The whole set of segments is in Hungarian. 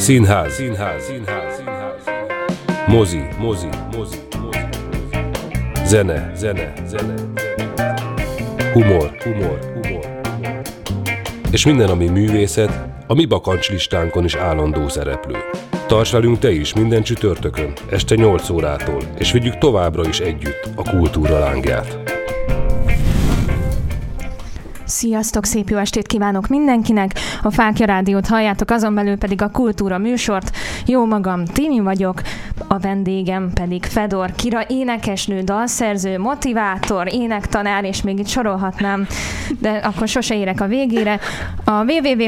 Színház. Mozi. Zene. Humor. És minden, ami művészet, a mi bakancslistánkon is állandó szereplő. Tarts velünk te is minden csütörtökön, este 8 órától, és vigyük továbbra is együtt a kultúra lángját. Sziasztok, szép jó estét kívánok mindenkinek! A Fáklya Rádiót halljátok, azon belül pedig a Kultúra műsort. Jó magam, Timi vagyok, a vendégem pedig Fedor Kira, énekesnő, dalszerző, motivátor, énektanár, és még itt sorolhatnám, de akkor sose érek a végére. A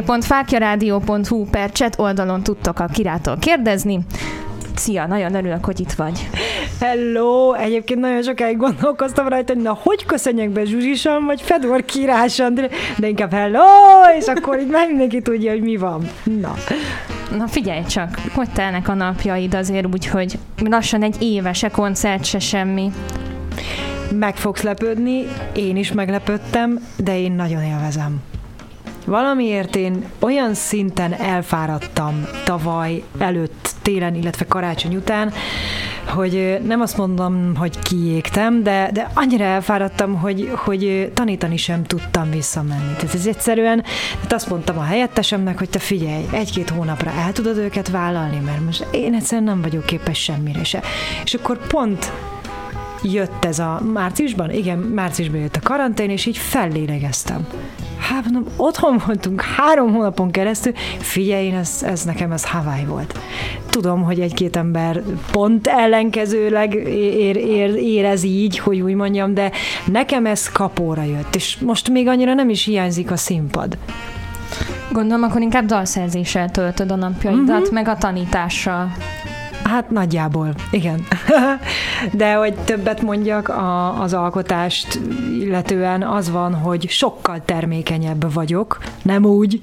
www.faklaradio.hu/chat oldalon tudtok a Kirától kérdezni. Szia, nagyon örülök, hogy itt vagy. Hello! Egyébként nagyon sokáig gondolkoztam rajta, hogy na, hogy köszönjek be Zsuzsisan, vagy Fedor Kirásan, de inkább hello, és akkor így már mindenki tudja, hogy mi van. Na figyelj csak, hogy telnek a napjaid azért úgy, hogy lassan egy éve, se koncert, se semmi. Meg fogsz lepődni, én is meglepődtem, de én nagyon élvezem. Valamiért én olyan szinten elfáradtam tavaly előtt, télen, illetve karácsony után, hogy nem azt mondom, hogy kiégtem, de annyira elfáradtam, hogy tanítani sem tudtam visszamenni. Tehát ez egyszerűen, tehát azt mondtam a helyettesemnek, hogy te figyelj, 1-2 hónapra el tudod őket vállalni, mert most én egyszerűen nem vagyok képes semmire se. És akkor pont jött ez a márciusban, igen, márciusban jött a karantén, és így fellélegeztem. Hát mondom, otthon voltunk 3 hónapon keresztül, figyelj, ez nekem Hawaii volt. Tudom, hogy 1-2 ember pont ellenkezőleg érez így, hogy úgy mondjam, de nekem ez kapóra jött, és most még annyira nem is hiányzik a színpad. Gondolom, akkor inkább dalszerzéssel töltöd a napjaidat, meg a tanítással. Hát nagyjából, igen. De hogy többet mondjak az alkotást illetően, az van, hogy sokkal termékenyebb vagyok, nem úgy,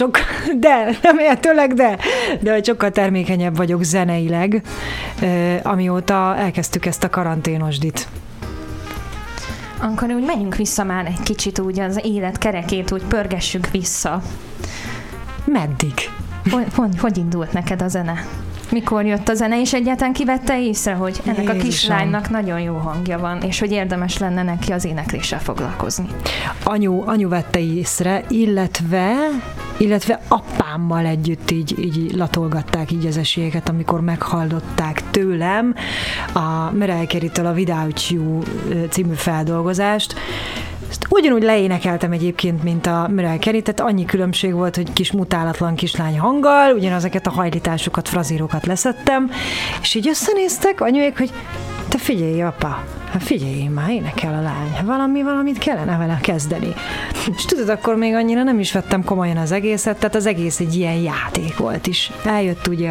nem értőleg, de hogy sokkal termékenyebb vagyok zeneileg, amióta elkezdtük ezt a karanténosdit. Akkor úgy menjünk vissza már egy kicsit, úgy az élet kerekét úgy pörgessük vissza. Meddig? Hogy indult neked a zene? Mikor jött a zene, és egyáltalán kivette észre, hogy ennek Jézusom. A kislánynak nagyon jó hangja van, és hogy érdemes lenne neki az énekléssel foglalkozni? Anyu vette észre, illetve apámmal együtt így latolgatták így az esélyeket, amikor meghallották tőlem a Mariah Carey-től a Without You című feldolgozást. Ezt ugyanúgy leénekeltem egyébként, mint a Mariah Carey, tehát annyi különbség volt, hogy kis mutálatlan kislány hanggal, ugyanazeket a hajlításokat, frazírokat leszettem, és így összenéztek anyuék, hogy te figyelj, apa, hát figyelj, már énekel a lány, valamit kellene vele kezdeni. És tudod, akkor még annyira nem is vettem komolyan az egészet, tehát az egész egy ilyen játék volt is. Eljött ugye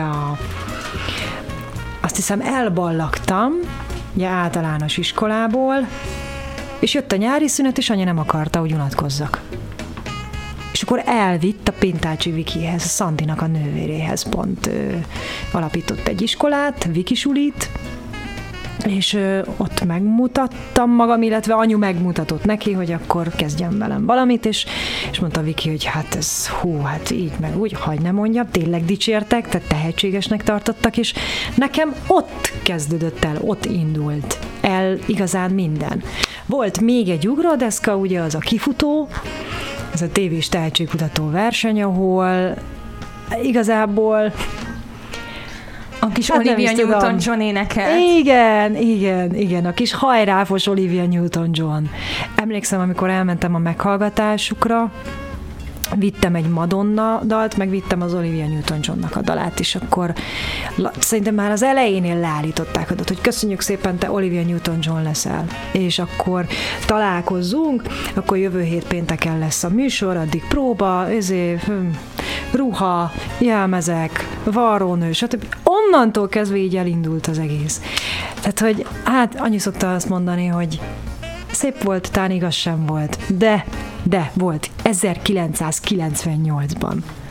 azt hiszem elballagtam, ugye általános iskolából, és jött a nyári szünet, és anya nem akarta, hogy unatkozzak. És akkor elvitt a Pintácsi Vikihez, a Szandinak a nővéréhez, pont alapított egy iskolát, Vikisulit, és ott megmutattam magam, illetve anyu megmutatott neki, hogy akkor kezdjem velem valamit, és mondta Viki, hogy hát így meg úgy, hagy ne mondjam, tényleg dicsértek, tehát tehetségesnek tartottak, és nekem ott kezdődött el, ott indult el igazán minden. Volt még egy ugródeszka, ugye az a Kifutó, ez a tévés tehetségkutató verseny, ahol igazából a kis Olivia Newton-John énekel. Igen, a kis hajráfos Olivia Newton-John. Emlékszem, amikor elmentem a meghallgatásukra, vittem egy Madonna dalt, meg vittem az Olivia Newton-Johnnak a dalát is, akkor szerintem már az elejénél leállították adat, hogy köszönjük szépen, te Olivia Newton-John leszel, és akkor találkozzunk, akkor jövő hét pénteken lesz a műsor, addig próba, ruha, jelmezek, varrónő, stb. Onnantól kezdve így elindult az egész. Tehát, hogy hát annyi szokta azt mondani, hogy szép volt, tán igaz sem volt, de volt 1998-ban.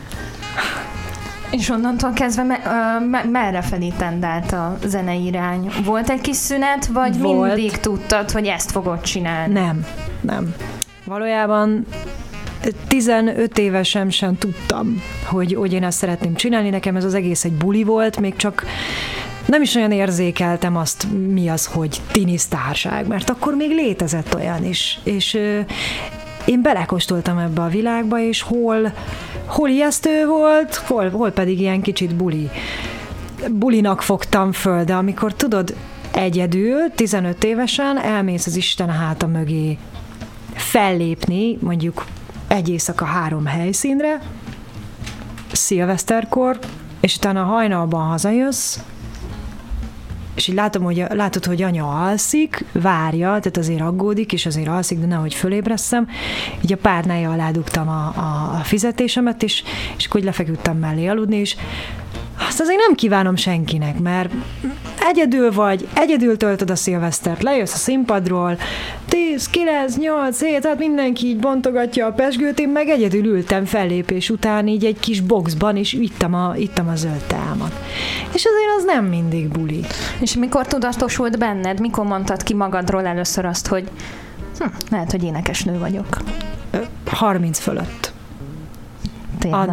És onnantól kezdve merre felé tendált a zenei irány? Volt egy kis szünet, vagy mindig tudtad, hogy ezt fogod csinálni? Nem. Valójában 15 évesen sem tudtam, hogy én ezt szeretném csinálni. Nekem ez az egész egy buli volt, még csak nem is olyan érzékeltem azt, mi az, hogy tinisztárság, mert akkor még létezett olyan is. És én belekóstoltam ebbe a világba, és hol ijesztő volt, hol pedig ilyen kicsit bulinak fogtam föl, de amikor tudod, egyedül, 15 évesen elmész az Isten háta mögé fellépni, mondjuk egy éjszaka 3 helyszínre, szilveszterkor, és utána hajnalban hazajössz, és így látod, hogy anya alszik, várja, tehát azért aggódik, és azért alszik, de nehogy fölébresszem. Így a párnája alá dugtam a fizetésemet, és akkor lefeküdtem mellé aludni, és azt azért nem kívánom senkinek, mert egyedül vagy, egyedül töltöd a szilvesztert, lejössz a színpadról, 10, 9, 8, 7, hát mindenki így bontogatja a pezsgőt, én meg egyedül ültem fellépés után így egy kis boxban, és ittam a zöld teámat. És azért az nem mindig buli. És mikor tudatosult benned, mikor mondtad ki magadról először azt, hogy lehet, hogy énekesnő vagyok? 30 fölött. Tényleg?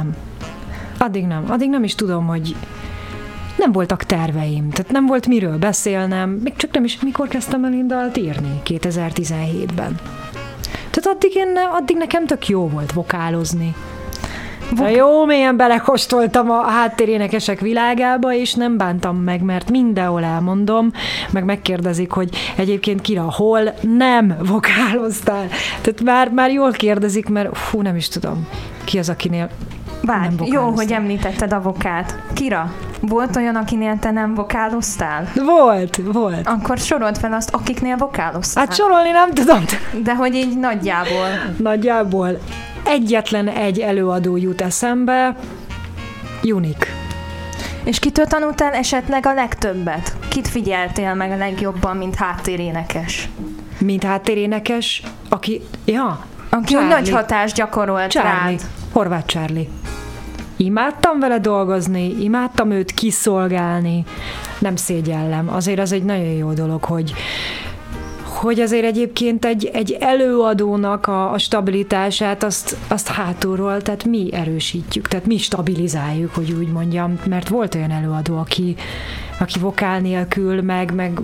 Addig nem is tudom, hogy nem voltak terveim, tehát nem volt miről beszélnem, még csak nem is, mikor kezdtem el én dalt írni, 2017-ben. Tehát addig nekem tök jó volt vokálozni. Jó mélyen belekóstoltam a háttérénekesek világába, és nem bántam meg, mert mindenhol elmondom, meg megkérdezik, hogy egyébként Kira, hol nem vokáloztál. Tehát már jól kérdezik, mert nem is tudom, ki az, akinél Várj, jó, hogy említetted a vokált. Kira, volt olyan, akinél te nem vokáloztál? Volt. Akkor sorold fel azt, akiknél vokáloztál. Hát sorolni nem tudom. De hogy így nagyjából. Nagyjából egyetlen egy előadó jut eszembe, Unik. És kitől tanultál esetleg a legtöbbet? Kit figyeltél meg a legjobban, mint háttérénekes? Mint háttérénekes, aki nagy hatást gyakorolt rád. Horváth Charlie. Imádtam vele dolgozni, imádtam őt kiszolgálni, nem szégyellem. Azért az egy nagyon jó dolog, hogy azért egyébként egy előadónak a stabilitását azt hátulról, tehát mi erősítjük, tehát mi stabilizáljuk, hogy úgy mondjam, mert volt olyan előadó, aki vokál nélkül, meg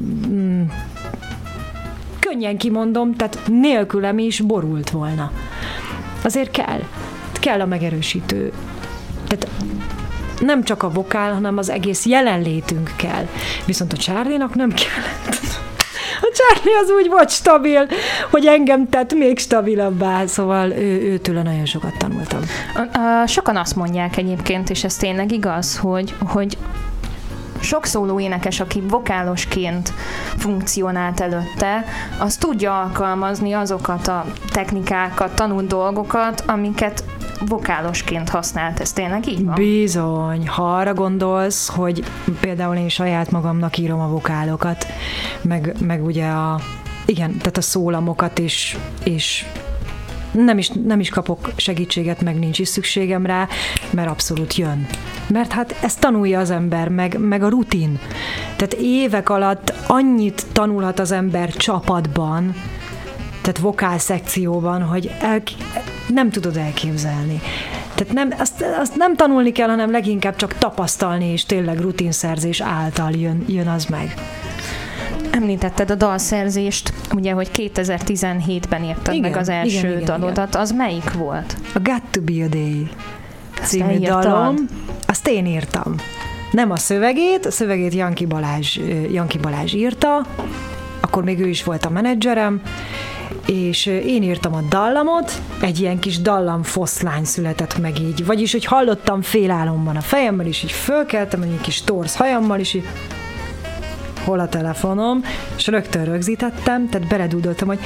könnyen kimondom, tehát nélkülem is borult volna. Azért kell a megerősítő. Tehát nem csak a vokál, hanem az egész jelenlétünk kell. Viszont a Charlie-nak nem kellett. A Charlie az úgy volt stabil, hogy engem tett még stabilabbá, szóval őtől nagyon sokat tanultam. Sokan azt mondják egyébként, és ez tényleg igaz, hogy sok szóló énekes, aki vokálosként funkcionált előtte, az tudja alkalmazni azokat a technikákat, tanult dolgokat, amiket vokálosként használt. Ez tényleg így van? Bizony. Ha arra gondolsz, hogy például én saját magamnak írom a vokálokat, meg ugye tehát a szólamokat és nem is kapok segítséget, meg nincs is szükségem rá, mert abszolút jön. Mert hát ezt tanulja az ember, meg a rutin. Tehát évek alatt annyit tanulhat az ember csapatban, tehát vokálszekcióban, hogy nem tudod elképzelni. Tehát azt nem tanulni kell, hanem leginkább csak tapasztalni, és tényleg rutinszerzés által jön az meg. Említetted a dalszerzést, ugye, hogy 2017-ben írtad meg az első dalodat. Igen. Az melyik volt? A Got to be a Day című dalom. Azt én írtam. Nem a szövegét Janki Balázs írta, akkor még ő is volt a menedzserem, és én írtam a dallamot, egy ilyen kis dallamfoszlány született meg így, vagyis, hogy hallottam félálomban a fejemben, és így fölkeltem, egy kis torz hajammal, és így hol a telefonom, és rögtön rögzítettem, tehát beledúdoltam, hogy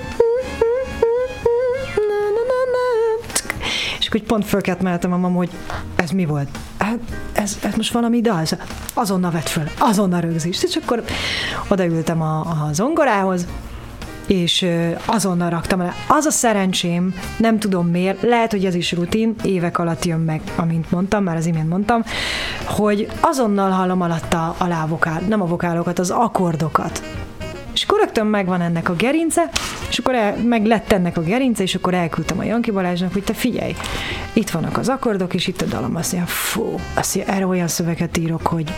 és akkor pont fölkeltem a mama, hogy ez mi volt? Ez most valami dal? Azonnal vett föl, azonnal rögzítsd. És akkor odaültem a zongorához, és azonnal raktam el. Az a szerencsém, nem tudom miért, lehet, hogy ez is rutin, évek alatt jön meg, amint mondtam, már az imént mondtam, hogy azonnal hallom alatta alá nem a vokálokat, az akkordokat. És akkor rögtön megvan ennek a gerince, és akkor meg lett ennek a gerince, és akkor elküldtem a Janki Balázsnak, hogy te figyelj, itt vannak az akkordok, és itt a dalom. Azt mondja, erre olyan szöveget írok, hogy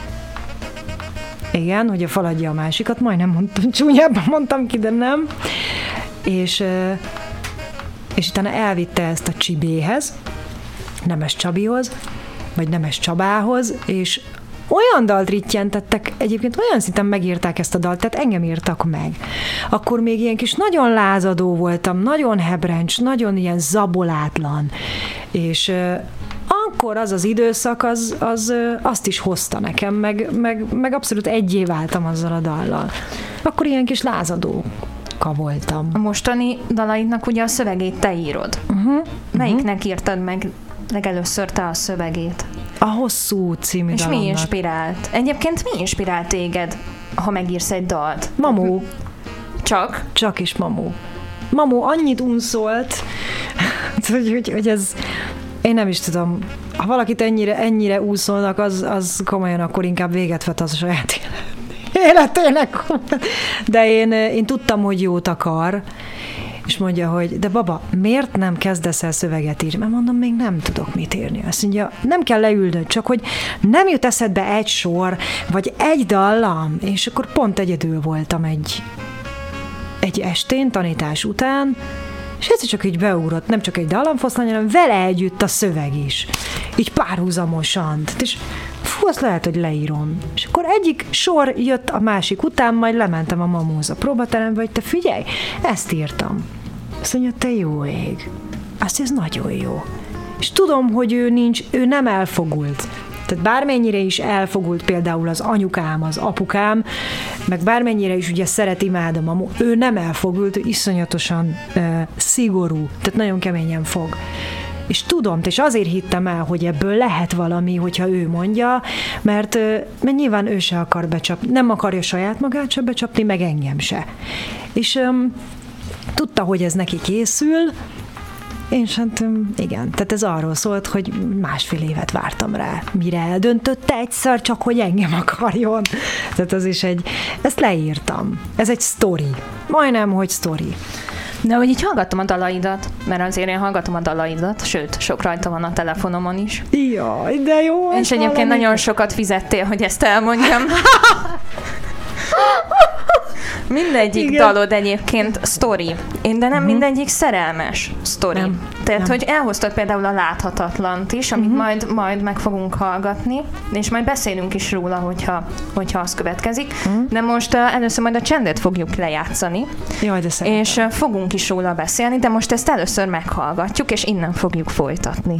igen, hogy a faladja a másikat, majdnem mondtam, csúnyában mondtam ki, de nem. És utána elvitte ezt a Csibéhez, Nemes Csabihoz, vagy Nemes Csabához, és olyan dalt rittyentettek, egyébként olyan szinten megírták ezt a dalt, tehát engem írtak meg. Akkor még ilyen kis nagyon lázadó voltam, nagyon hebrencs, nagyon ilyen zabolátlan, és akkor az időszak, azt is hozta nekem, meg abszolút egyé váltam azzal a dallal. Akkor ilyen kis lázadóka voltam. A mostani dalaidnak ugye a szövegét te írod. Melyiknek írtad meg legelőször te a szövegét? A Hosszú című és dalomnak. mi inspirált? Egyébként mi inspirált téged, ha megírsz egy dalt? Mamó. Csak? Csak is Mamó. Mamó annyit unszolt, hogy ez... Én nem is tudom. Ha valakit ennyire úszolnak, az komolyan akkor inkább véget vet az a saját életének. De én tudtam, hogy jót akar, és mondja, hogy de baba, miért nem kezdesz el szöveget írni? Mert mondom, még nem tudok mit írni. Azt mondja, nem kell leülnöd, csak hogy nem jut eszedbe egy sor, vagy egy dallam, és akkor pont egyedül voltam egy estén, tanítás után, és ez csak így beugrott, nem csak egy dallamfoszlány, hanem vele együtt a szöveg is. Így párhuzamosan. És azt lehet, hogy leírom. És akkor egyik sor jött a másik után, majd lementem a Mamóz a próbaterembe, hogy te figyelj, ezt írtam. Azt mondja, te jó ég. Azt ez nagyon jó. És tudom, hogy ő nem elfogult. Tehát bármennyire is elfogult például az anyukám, az apukám, meg bármennyire is ugye imád a Mamó, ő nem elfogult, ő iszonyatosan szigorú, tehát nagyon keményen fog. És tudom, és azért hittem el, hogy ebből lehet valami, hogyha ő mondja, mert nyilván ő se akar becsapni, nem akarja saját magát se becsapni, meg engem se. És tudta, hogy ez neki készül, és hát igen, tehát ez arról szólt, hogy 1,5 évet vártam rá, mire eldöntötte egyszer, csak hogy engem akarjon. Tehát az is ezt leírtam. Ez egy sztori. Majdnem, hogy sztori. De hogy így hallgattam a dalaidat, mert azért én hallgatom a dalaidat, sőt, sok rajta van a telefonomon is. Jaj, de jó. És egyébként nagyon sokat fizettél, hogy ezt elmondjam. Mindegyik dalod egyébként sztori, de nem mindegyik szerelmes sztori. Tehát, hogy elhoztad például a Láthatatlant is, amit majd meg fogunk hallgatni, és majd beszélünk is róla, hogyha az következik. De most először majd a Csendet fogjuk lejátszani. Jaj, de szeretem. És fogunk is róla beszélni, de most ezt először meghallgatjuk, és innen fogjuk folytatni.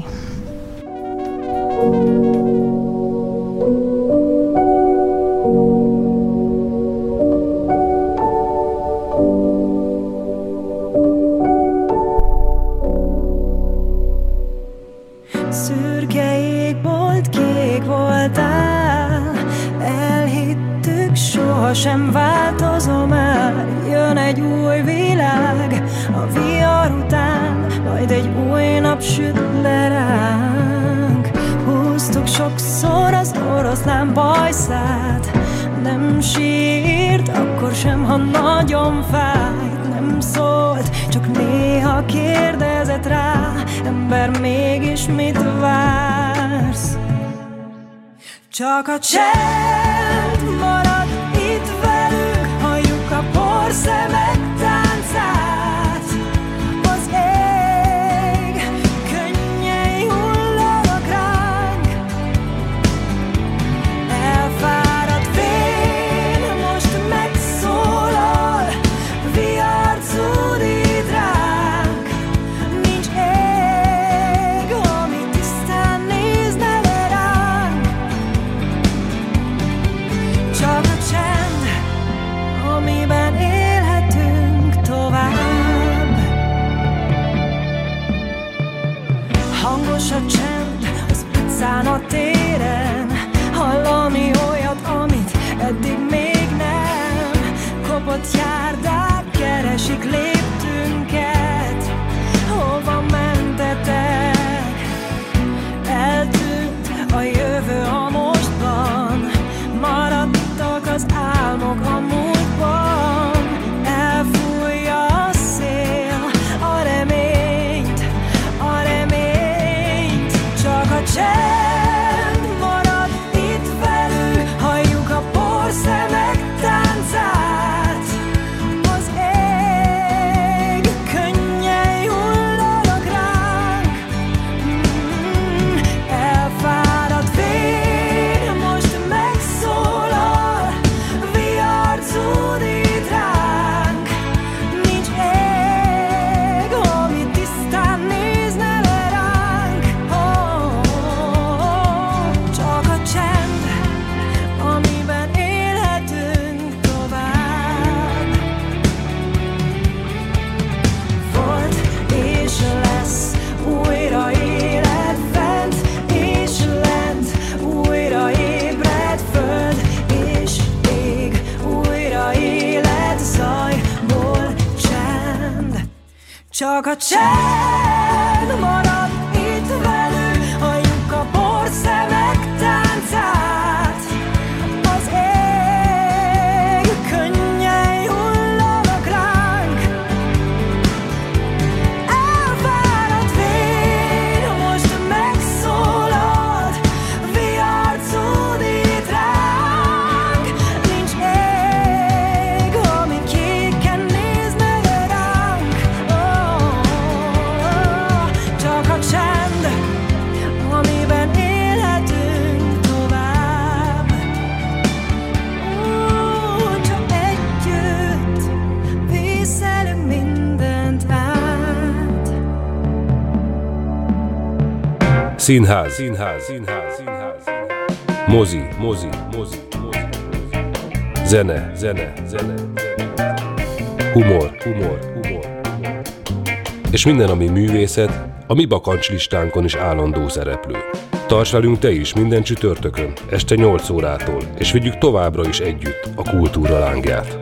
Szürke égbolt, kék voltál, elhittük, sohasem változom el. Jön egy új világ a vihar után, majd egy új nap süt le ránk. Húztuk sokszor az oroszlán bajszát, nem sírt, akkor sem, ha nagyon fájt. Nem szólt, csak néha kérdezett rá, ember, mégis mit vársz? Csak a csend marad itt velünk, halljuk a porszemek táncát. Az ég könnyei hullanak ránk, elfáradt vén most megszólal, vihar zúdít ránk. Nincs ég, ami tisztán nézne le ránk, csak a csend, amiben élhetünk tovább. Hangos a csend az utcán, a téren, hallani olyat, amit eddig még nem. Kopott járdák keresik léptünket, hova mentetek? Eltűnt a jövő a mostban, maradtak az álmok a múltban. Csak a csend marad itt velünk, halljuk a porszemek táncát. Az ég könnyei hullanak ránk. Elfáradt vér most megszólal, vihar zúdít ránk. Nincs ég, ami kéken nézne ránk. Csak a csend, amiben élhetünk tovább. Csak együtt vészelünk mindent át. Színház. Mozi. Zene. Humor. És minden, ami művészet, a mi bakancslistánkon is állandó szereplő. Tarts velünk te is minden csütörtökön, este 8 órától, és vigyük továbbra is együtt a kultúra lángját.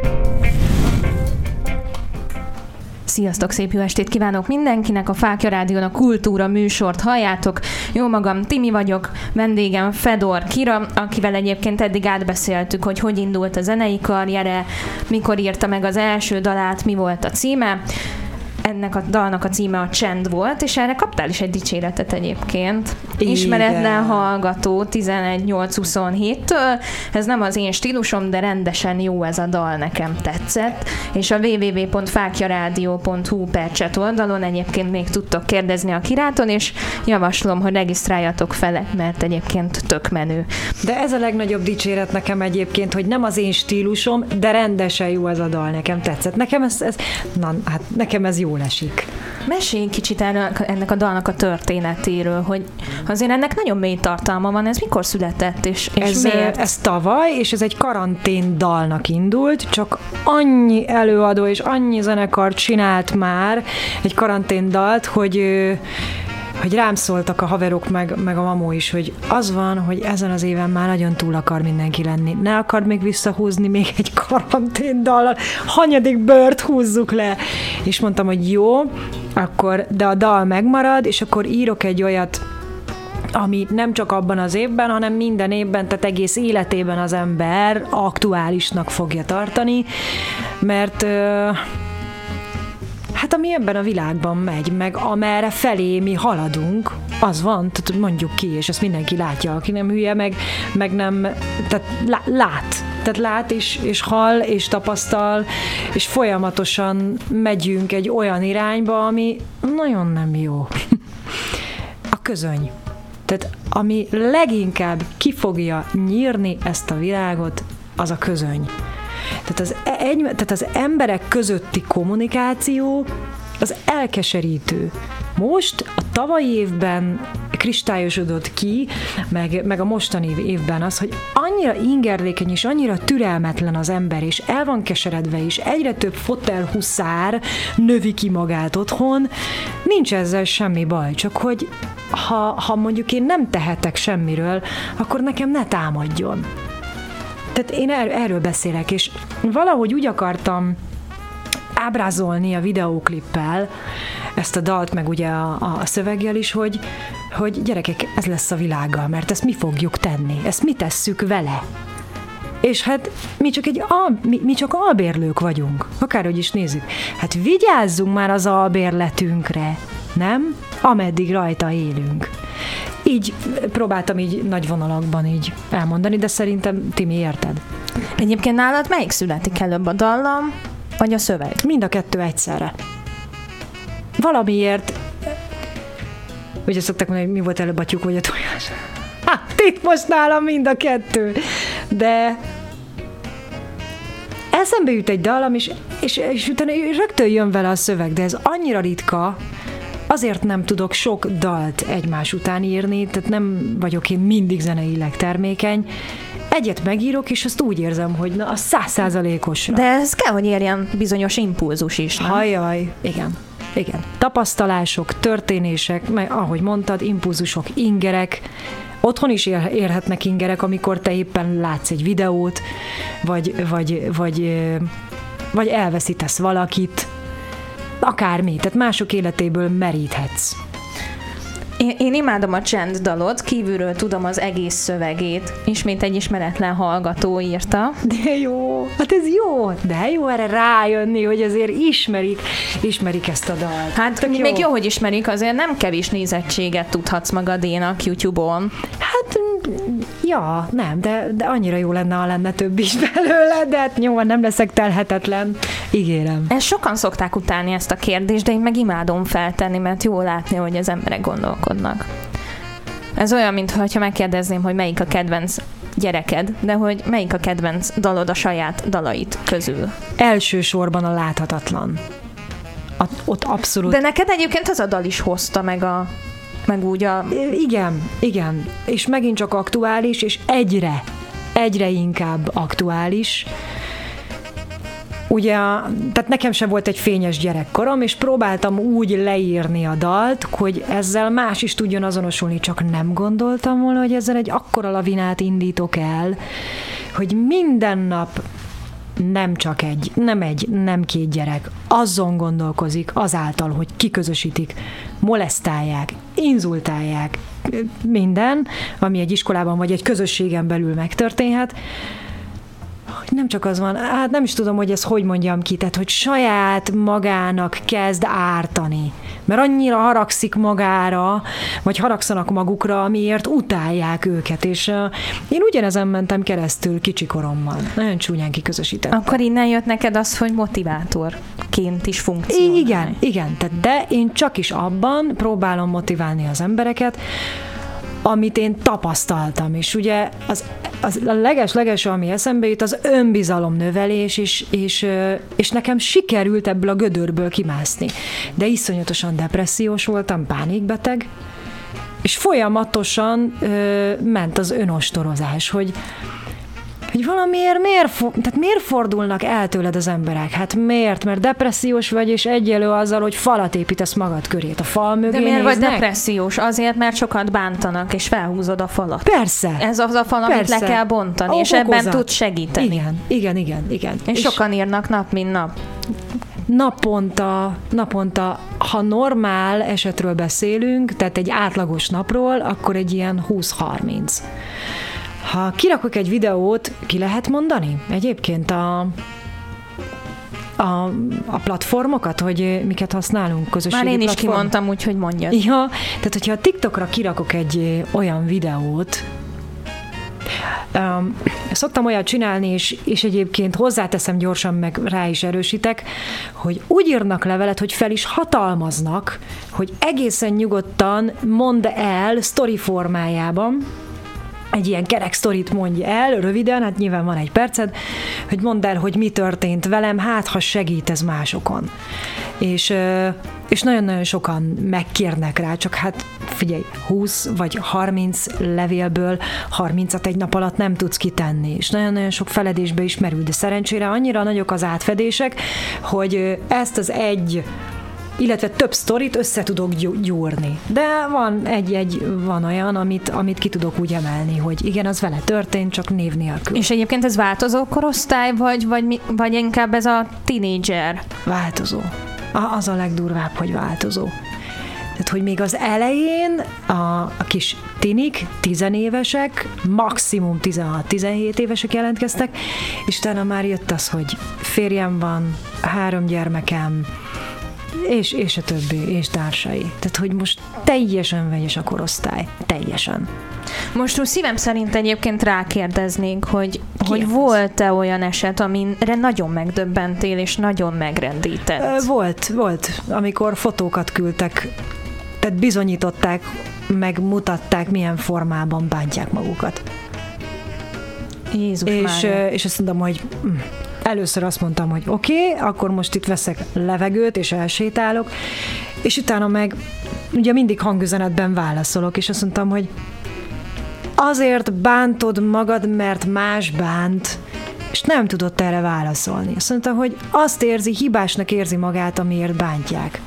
Sziasztok, szép jó estét kívánok mindenkinek! A Fákja Rádión a Kultúra műsort halljátok. Jó magam, Timi vagyok, vendégem Fedor Kira, akivel egyébként eddig átbeszéltük, hogy indult a zenei karriere, mikor írta meg az első dalát, mi volt a címe. Ennek a dalnak a címe a Csend volt, és erre kaptál is egy dicséretet egyébként. Igen. Ismeretlen hallgató 11.827-től. Ez nem az én stílusom, de rendesen jó ez a dal, nekem tetszett. És a www.fakyaradio.hu/chat oldalon egyébként még tudtok kérdezni a Kiráton, és javaslom, hogy regisztráljatok fel, mert egyébként tök menő. De ez a legnagyobb dicséret nekem egyébként, hogy nem az én stílusom, de rendesen jó ez a dal, nekem tetszett. Nekem ez jól esik. Mesélj kicsit ennek a dalnak a történetéről, hogy azért ennek nagyon mély tartalma van, ez mikor született, és miért? Ez tavaly, és ez egy karantén dalnak indult, csak annyi előadó és annyi zenekar csinált már egy karantén dalt, hogy rám szóltak a haverok, meg a mamó is, hogy az van, hogy ezen az éven már nagyon túl akar mindenki lenni. Ne akar még visszahúzni még egy karantén dallal, hanyadik bört húzzuk le. És mondtam, hogy jó, akkor, de a dal megmarad, és akkor írok egy olyat, ami nem csak abban az évben, hanem minden évben, tehát egész életében az ember aktuálisnak fogja tartani, mert hát ami ebben a világban megy, meg amerre felé mi haladunk, az van, tehát mondjuk ki, és ezt mindenki látja, aki nem hülye, meg nem, tehát lát. Tehát lát és hall és tapasztal, és folyamatosan megyünk egy olyan irányba, ami nagyon nem jó. A közöny. Tehát ami leginkább ki fogja nyírni ezt a világot, az a közöny. Tehát az emberek közötti kommunikáció az elkeserítő. Most a tavalyi évben kristályosodott ki, meg a mostani évben az, hogy annyira ingerlékeny és annyira türelmetlen az ember, és el van keseredve, és egyre több fotelhuszár növi ki magát otthon, nincs ezzel semmi baj, csak hogy ha mondjuk én nem tehetek semmiről, akkor nekem ne támadjon. Tehát én erről beszélek, és valahogy úgy akartam ábrázolni a videóklippel ezt a dalt, meg ugye a szöveggel is, hogy gyerekek, ez lesz a világgal, mert ezt mi fogjuk tenni, ezt mi tesszük vele. És hát mi csak albérlők vagyunk, akárhogy is nézzük. Hát vigyázzunk már az albérletünkre, nem? Ameddig rajta élünk. Így próbáltam így nagy vonalakban így elmondani, de szerintem Timi érted. Egyébként nálad melyik születik előbb, a dallam, vagy a szöveg? Mind a kettő egyszerre. Valamiért, ugye szokták mondani, hogy mi volt előbb a tyúk vagy a tojás. Itt most nálam mind a kettő. De eszembe jut egy dallam, és utána rögtön jön vele a szöveg, de ez annyira ritka, azért nem tudok sok dalt egymás után írni, tehát nem vagyok én mindig zeneileg termékeny. Egyet megírok, és azt úgy érzem, hogy na, a 100%-osra. De ez kell, hogy érjen bizonyos impulzus is, nem? Hajjaj, igen. Tapasztalások, történések, meg ahogy mondtad, impulzusok, ingerek. Otthon is érhetnek ingerek, amikor te éppen látsz egy videót, vagy elveszítesz valakit, akármi, tehát mások életéből meríthetsz. Én imádom a csend dalot, kívülről tudom az egész szövegét. Ismét egy ismeretlen hallgató írta. De jó, hát ez jó, de jó erre rájönni, hogy azért ismerik ezt a dalt. Hát Tök még jó, hogy ismerik, azért nem kevés nézettséget tudhatsz magadénak YouTube-on. Hát, ja, nem, de annyira jó lenne, ha lenne több is belőle, de hát nyilván nem leszek telhetetlen, ígérem. Sokan szokták utálni ezt a kérdést, de én meg imádom feltenni, mert jó látni, hogy az emberek gondolkodnak. Ez olyan, mintha megkérdezném, hogy melyik a kedvenc gyereked, de hogy melyik a kedvenc dalod a saját dalait közül. Elsősorban a Láthatatlan. Ott abszolút... De neked egyébként az a dal is hozta meg úgy a... Igen. És megint csak aktuális, és egyre inkább aktuális. Ugye, tehát nekem sem volt egy fényes gyerekkorom, és próbáltam úgy leírni a dalt, hogy ezzel más is tudjon azonosulni, csak nem gondoltam volna, hogy ezzel egy akkora lavinát indítok el, hogy minden nap nem két gyerek azon gondolkozik azáltal, hogy kiközösítik, molesztálják, inzultálják, minden, ami egy iskolában vagy egy közösségen belül megtörténhet, hogy nem csak az van, hát nem is tudom, hogy ezt hogy mondjam ki, tehát hogy saját magának kezd ártani. Mert annyira haragszik magára, vagy haragszanak magukra, amiért utálják őket, és én ugyanezen mentem keresztül kicsikorommal. Nagyon csúnyán kiközösítettem. Akkor innen jött neked az, hogy motivátorként is funkcionál. Igen, de én csak is abban próbálom motiválni az embereket, amit én tapasztaltam, és ugye az a leges, ami eszembe jut, az önbizalom növelés, és nekem sikerült ebből a gödörből kimászni. De iszonyatosan depressziós voltam, pánikbeteg, és folyamatosan ment az önostorozás, hogy valamiért miért fordulnak el tőled az emberek? Hát miért? Mert depressziós vagy, és egyelő azzal, hogy falat építesz magad körét. A fal mögé De miért néznek? vagy depressziós? Azért, mert sokat bántanak, és felhúzod a falat. Persze. Ez az a fal, amit le kell bontani, és ebben tudsz segíteni. Igen. És sokan írnak nap, mint nap. Naponta, ha normál esetről beszélünk, tehát egy átlagos napról, akkor egy ilyen 20-30. Ha kirakok egy videót, ki lehet mondani? Egyébként a platformokat, hogy miket használunk, közösségi Már én is platform. kimondtam, úgyhogy mondjad. Ja, tehát hogyha a TikTokra kirakok egy olyan videót, szoktam olyat csinálni, és egyébként hozzáteszem gyorsan, meg rá is erősítek, hogy úgy írnak levelet, hogy fel is hatalmaznak, hogy egészen nyugodtan mondd el sztori formájában, egy ilyen kerek sztorit mondj el, röviden, hát nyilván van egy perced, hogy mondd el, hogy mi történt velem, hát ha segít ez másokon. És nagyon-nagyon sokan megkérnek rá, csak hát figyelj, 20 vagy 30 levélből 30-at egy nap alatt nem tudsz kitenni, és nagyon-nagyon sok feledésbe is merül, de szerencsére annyira nagyok az átfedések, hogy ezt az illetve több sztorit össze tudok gyúrni. De van olyan, amit ki tudok úgy emelni, hogy igen, az vele történt, csak név nélkül. És egyébként ez változó korosztály, vagy inkább ez a tínédzser? Változó. Az a legdurvább, hogy változó. Tehát, hogy még az elején a kis tinik, 10 évesek, maximum 16-17 évesek jelentkeztek, és utána már jött az, hogy férjem van, 3 gyermekem, és a többi, és társai. Tehát, hogy most teljesen vegyes a korosztály. Teljesen. Most úgy szívem szerint egyébként rákérdeznénk, hogy volt-e olyan eset, amire nagyon megdöbbentél, és nagyon megrendített? Volt. Amikor fotókat küldtek, tehát bizonyították, meg mutatták, milyen formában bántják magukat. Jézus és azt mondom, hogy először azt mondtam, hogy oké, akkor most itt veszek levegőt, és elsétálok, és utána meg ugye mindig hangüzenetben válaszolok, és azt mondtam, hogy azért bántod magad, mert más bánt, és nem tudott erre válaszolni. Azt mondta, hogy azt érzi, hibásnak érzi magát, amiért bántják.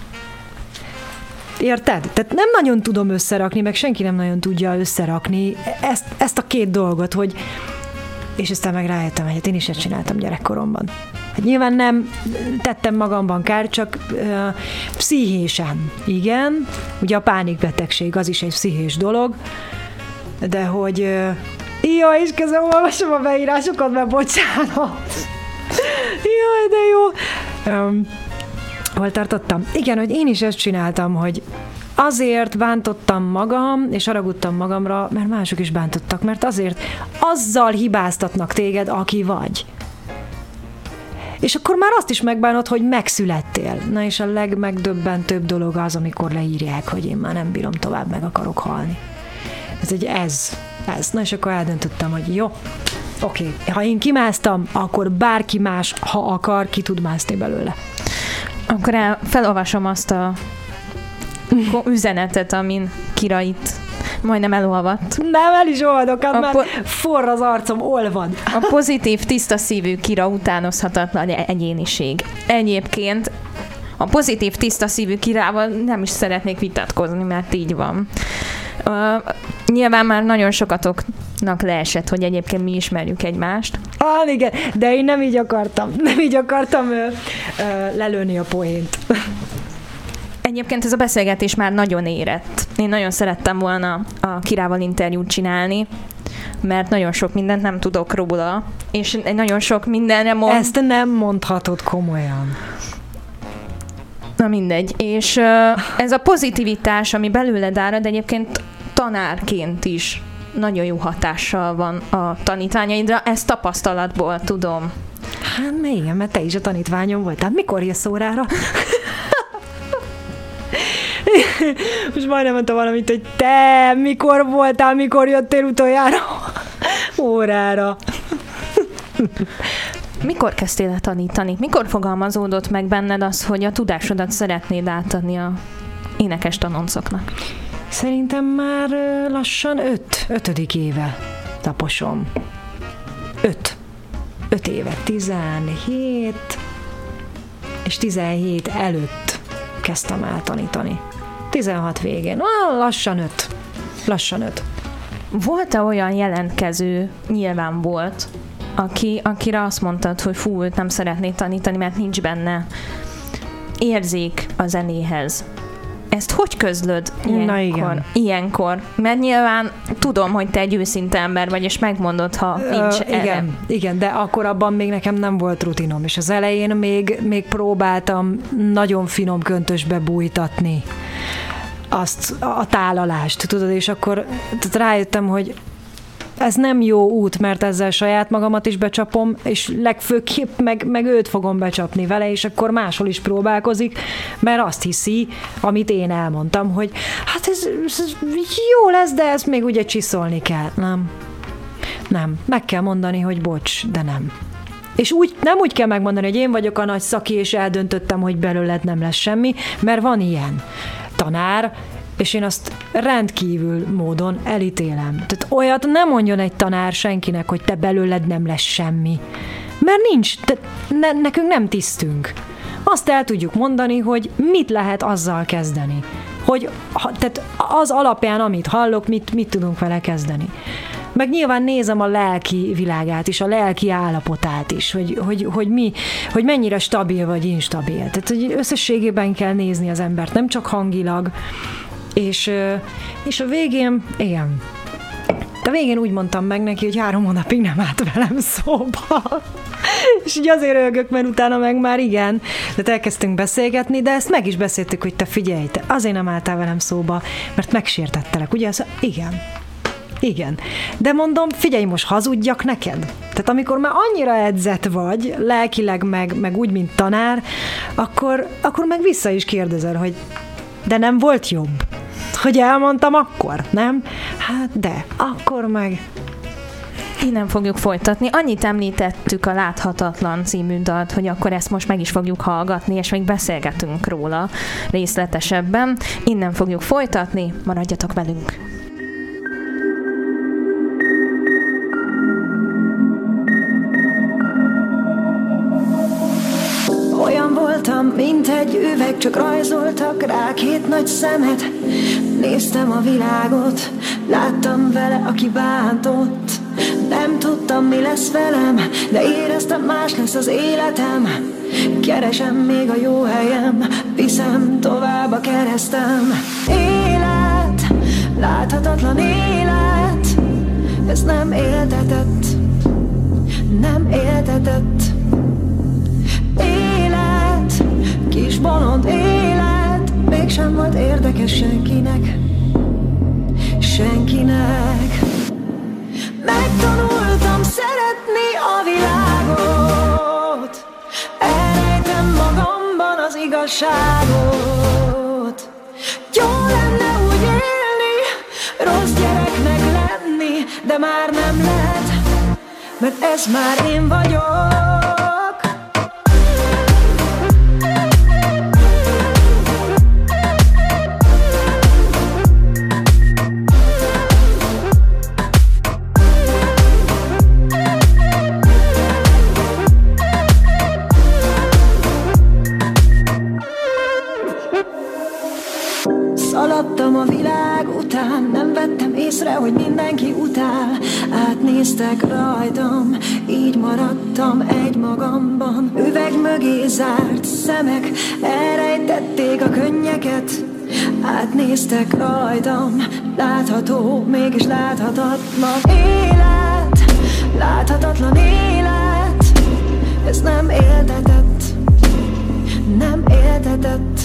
Érted? Tehát nem nagyon tudom összerakni, meg senki nem nagyon tudja összerakni ezt a két dolgot, hogy és aztán meg rájöttem, hogy én is ezt csináltam gyerekkoromban. Hát nyilván nem tettem magamban kárt, csak pszichésen. Igen, ugye a pánikbetegség az is egy pszichés dolog, de hogy jaj, és közben olvasom a beírásokat, mert bocsánat. Jaj, de jó. Hol tartottam? Igen, hogy én is ezt csináltam, hogy azért bántottam magam, és haragudtam magamra, mert mások is bántottak, mert azért azzal hibáztatnak téged, aki vagy. És akkor már azt is megbánod, hogy megszülettél. Na és a legmegdöbbentőbb dolog az, amikor leírják, hogy én már nem bírom tovább, meg akarok halni. Ez. Na és akkor eldöntöttem, hogy jó, oké, ha én kimásztam, akkor bárki más, ha akar, ki tud mászni belőle. Akkor felolvasom azt a üzenetet, amin Kira itt majdnem elolvadt. Nem, el is olvadok, mert forr az arcom, olvad. A pozitív, tiszta szívű Kira utánozhatatlan egyéniség. Egyébként a pozitív, tiszta szívű Kirával nem is szeretnék vitatkozni, mert így van. Nyilván már nagyon sokatoknak leesett, hogy egyébként mi ismerjük egymást. Igen, de én nem így akartam lelőni a poént. Egyébként ez a beszélgetés már nagyon érett. Én nagyon szerettem volna a Kirával interjút csinálni, mert nagyon sok mindent nem tudok róla, és nagyon sok mindenre mond... Ezt nem mondhatod komolyan. Na mindegy. És ez a pozitivitás, ami belőled árad, egyébként tanárként is nagyon jó hatással van a tanítványaidra. Ezt tapasztalatból tudom. Hát igen, mert te is a tanítványom voltál. Mikor jössz órára? Most majdnem mondta valamit, hogy te mikor voltál, mikor jöttél utoljára órára. Mikor kezdtél el tanítani? Mikor fogalmazódott meg benned az, hogy a tudásodat szeretnéd átadni a énekes tanoncoknak? Szerintem már lassan 5. éve taposom. 5 éve. 17 és 17 előtt kezdtem el tanítani. 16 végén. Lassan 5. Volt-e olyan jelentkező, nyilván volt, akire azt mondtad, hogy fú, nem szeretnéd tanítani, mert nincs benne érzék a zenéhez. Ezt hogy közlöd ilyenkor? Mert nyilván tudom, hogy te egy őszinte ember vagy, és megmondod, ha nincs erre. Igen, de akkor abban még nekem nem volt rutinom, és az elején még próbáltam nagyon finom köntösbe bújtatni azt a tálalást, tudod, és akkor rájöttem, hogy ez nem jó út, mert ezzel saját magamat is becsapom, és legfőképp meg őt fogom becsapni vele, és akkor máshol is próbálkozik, mert azt hiszi, amit én elmondtam, hogy hát ez jó lesz, de ezt még ugye csiszolni kell. Nem. Meg kell mondani, hogy bocs, de nem. És nem úgy kell megmondani, hogy én vagyok a nagy szaki, és eldöntöttem, hogy belőled nem lesz semmi, mert van ilyen tanár, és én azt rendkívül módon elítélem. Tehát olyat nem mondjon egy tanár senkinek, hogy te belőled nem lesz semmi. Mert nincs, nekünk nem tisztünk. Azt el tudjuk mondani, hogy mit lehet azzal kezdeni. Hogy tehát az alapján, amit hallok, mit tudunk vele kezdeni. Meg nyilván nézem a lelki világát is, a lelki állapotát is, hogy mennyire stabil vagy instabil. Tehát hogy összességében kell nézni az embert, nem csak hangilag. És a végén, igen. De a végén úgy mondtam meg neki, hogy 3 hónapig nem állt velem szóba. És így azért röhögök, mert utána meg már igen. De elkezdtünk beszélgetni, de ezt meg is beszéltük, hogy te figyelj, te azért nem álltál velem szóba, mert megsértettelek, ugye? Igen. De mondom, figyelj, most hazudjak neked? Tehát amikor már annyira edzett vagy, lelkileg meg úgy, mint tanár, akkor meg vissza is kérdezel, hogy de nem volt jobb? Hogy elmondtam akkor, nem? Hát de, akkor meg... Innen fogjuk folytatni. Annyit említettük a Láthatatlan című dalt, hogy akkor ezt most meg is fogjuk hallgatni, és még beszélgetünk róla részletesebben. Innen fogjuk folytatni, maradjatok velünk! Olyan voltam, mint egy üveg, csak rajzoltak rá 2 nagy szemet. Néztem a világot, láttam vele, aki bántott. Nem tudtam, mi lesz velem, de éreztem, más lesz az életem. Keresem még a jó helyem, viszem tovább a keresztem. Élet, láthatatlan élet, ez nem éltetett, nem éltetett. Élet, kis bolond élet, mégsem volt érdekes senkinek, senkinek. Megtanultam szeretni a világot, elrejtem magamban az igazságot. Jó lenne úgy élni, rossz gyereknek lenni, de már nem lehet, mert ez már én vagyok. Szaladtam a világ után, nem vettem észre, hogy mindenki utál. Átnéztek rajtam, így maradtam egy magamban. Üveg mögé zárt szemek elrejtették a könnyeket. Átnéztek rajtam, látható, mégis láthatatlan. Élet, láthatatlan élet, ez nem éltetett, nem éltetett.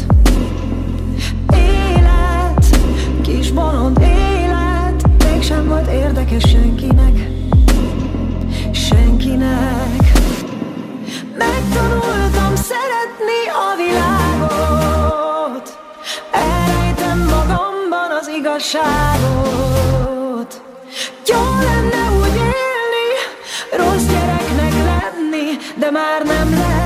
Kis bolond élet, mégsem volt érdekes senkinek, senkinek. Megtanultam szeretni a világot, elrejtem magamban az igazságot. Jó lenne úgy élni, rossz gyereknek lenni, de már nem lehet.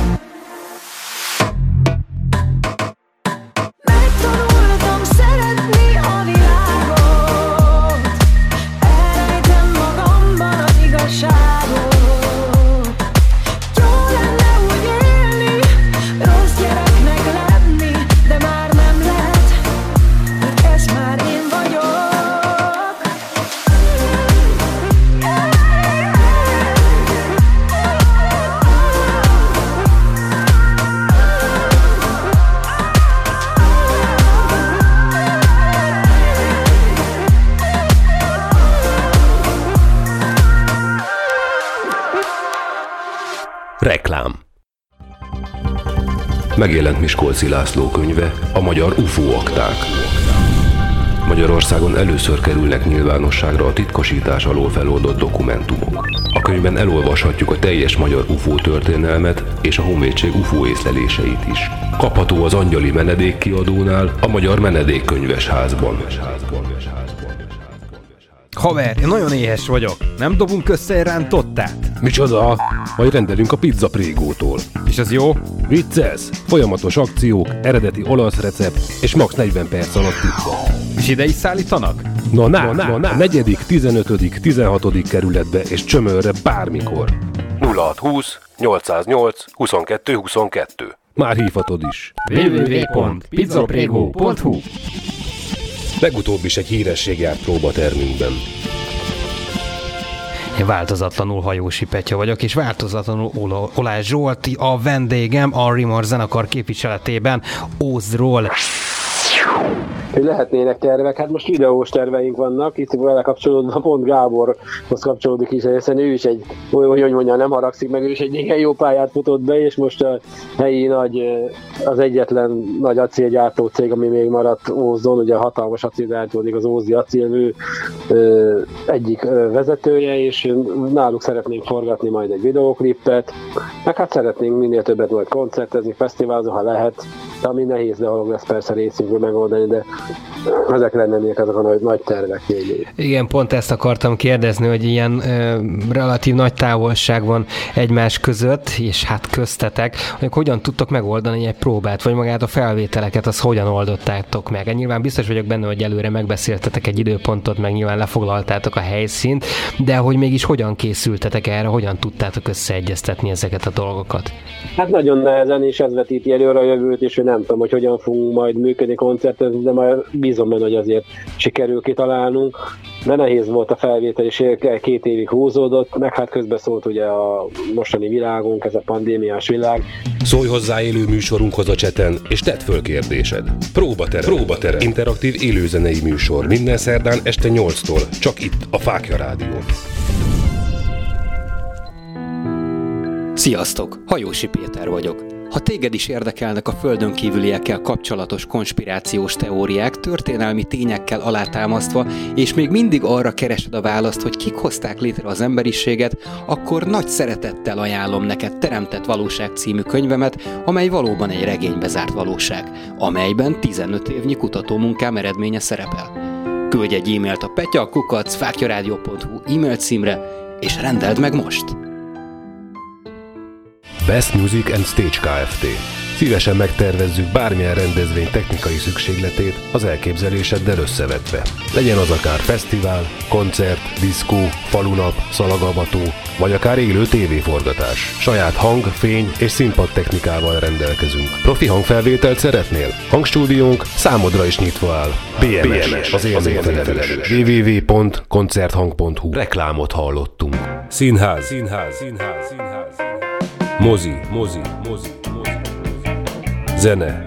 Reklám. Megjelent Miskolci László könyve, a magyar UFO akták. Magyarországon először kerülnek nyilvánosságra a titkosítás alól feloldott dokumentumok. A könyvben elolvashatjuk a teljes magyar UFO történelmet és a honvédség UFO észleléseit is. Kapható az Angyali Menedék kiadónál, a Magyar Menedékkönyves Házban. Haver, én nagyon éhes vagyok. Nem dobunk össze egy rántottát? Micsoda? Majd rendelünk a Pizza Prégótól. És az jó? Vicces! Folyamatos akciók, eredeti olasz recept és max. 40 perc alatt pizza. És ide is szállítanak? Na, 4., 15., 16. kerületbe és Csömörre bármikor. 0620 808 22 22. Már hívhatod is. www.pizzaprego.hu. Legutóbb is egy híresség járt próbatermünkben. Én változatlanul Hajósi Petya vagyok, és változatlanul Olás Zsolti a vendégem a Rimor zenekar képviseletében Ózdról. Hogy lehetnének tervek, hát most videós terveink vannak, itt vele kapcsolódva pont Gáborhoz kapcsolódik is, hiszen ő is egy, hogy mondja, nem haragszik meg, ő is egy igen jó pályát futott be, és most a helyi az egyetlen nagy acélgyártó cég, ami még maradt Ózdon, ugye a hatalmas acélgyártó, az Ózdi Acélmű egyik vezetője, és náluk szeretnénk forgatni majd egy videóklipet, meg hát szeretnénk minél többet majd koncertezni, fesztiválozni, ha lehet, de ami nehéz dolog lesz persze részünkből megoldani, de ezek lennének azok a nagy tervek. Igen, pont ezt akartam kérdezni, hogy ilyen relatív nagy távolság van egymás között, és hát köztetek, hogy hogyan tudtok megoldani egy próbát, vagy magát a felvételeket, azt hogyan oldottátok meg? Nyilván biztos vagyok benne, hogy előre megbeszéltetek egy időpontot, meg nyilván lefoglaltátok a helyszínt, de hogy mégis hogyan készültetek erre, hogyan tudtátok összeegyeztetni ezeket a dolgokat? Hát nagyon nehezen, és ez vetíti előre a jövőt, és nem tudom, hogy hogyan fogunk majd működni, koncertezni, de már bízom benne, hogy azért sikerül kitalálnunk. mert nehéz volt a felvétel, és 2 évig húzódott, meg hát közbeszólt ugye a mostani világunk, ez a pandémiás világ. Szólj hozzá élő műsorunkhoz a cseten, és tedd föl kérdésed. Próbaterem. Interaktív élőzenei műsor minden szerdán este 8-tól, csak itt a Fákja Rádión. Sziasztok! Hajósi Péter vagyok. Ha téged is érdekelnek a földön kívüliekkel kapcsolatos konspirációs teóriák, történelmi tényekkel alátámasztva, és még mindig arra keresed a választ, hogy kik hozták létre az emberiséget, akkor nagy szeretettel ajánlom neked Teremtett Valóság című könyvemet, amely valóban egy regénybe zárt valóság, amelyben 15 évnyi kutatómunkám eredménye szerepel. Küldj egy e-mailt a petya@fakjaradio.hu e-mail címre, és rendeld meg most! Best Music and Stage Kft. Szívesen megtervezzük bármilyen rendezvény technikai szükségletét az elképzeléseddel összevetve. Legyen az akár fesztivál, koncert, diszkó, falunap, szalagavató, vagy akár élő tévéforgatás. Saját hang, fény és színpad technikával rendelkezünk. Profi hangfelvételt szeretnél? Hangstúdiónk számodra is nyitva áll. BMS, az élményfelelős. www.koncerthang.hu. Reklámot hallottunk. Színház. Mozi. Zene.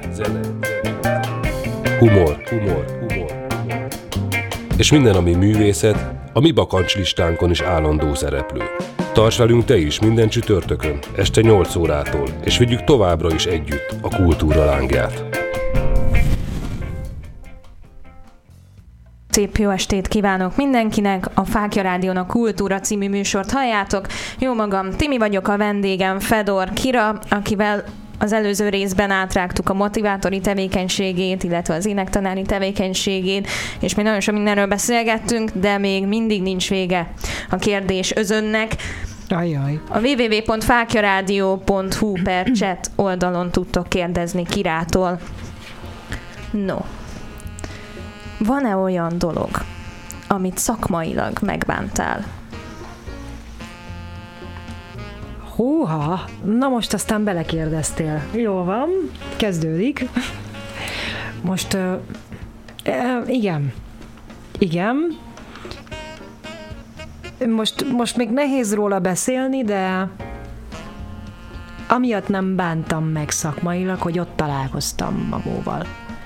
Humor. És minden, ami művészet, a mi bakancslistánkon is állandó szereplő. Tarts velünk te is minden csütörtökön, este 8 órától, és vigyük továbbra is együtt a kultúra lángját. Szép jó estét kívánok mindenkinek! A Fákja Rádión a Kultúra című műsort halljátok. Jó magam, Timi vagyok, a vendégem Fedor Kira, akivel az előző részben átrágtuk a motivátori tevékenységét, illetve az énektanári tevékenységét, és még nagyon sok mindenről beszélgettünk, de még mindig nincs vége a kérdés özönnek. Ajaj. A www.fakjaradio.hu/chat oldalon tudtok kérdezni Kirától. No. Van-e olyan dolog, amit szakmailag megbántál? Húha, na most aztán belekérdeztél. Jó van, kezdődik. Most, igen. Most még nehéz róla beszélni, de amiatt nem bántam meg szakmailag, hogy ott találkoztam magóval.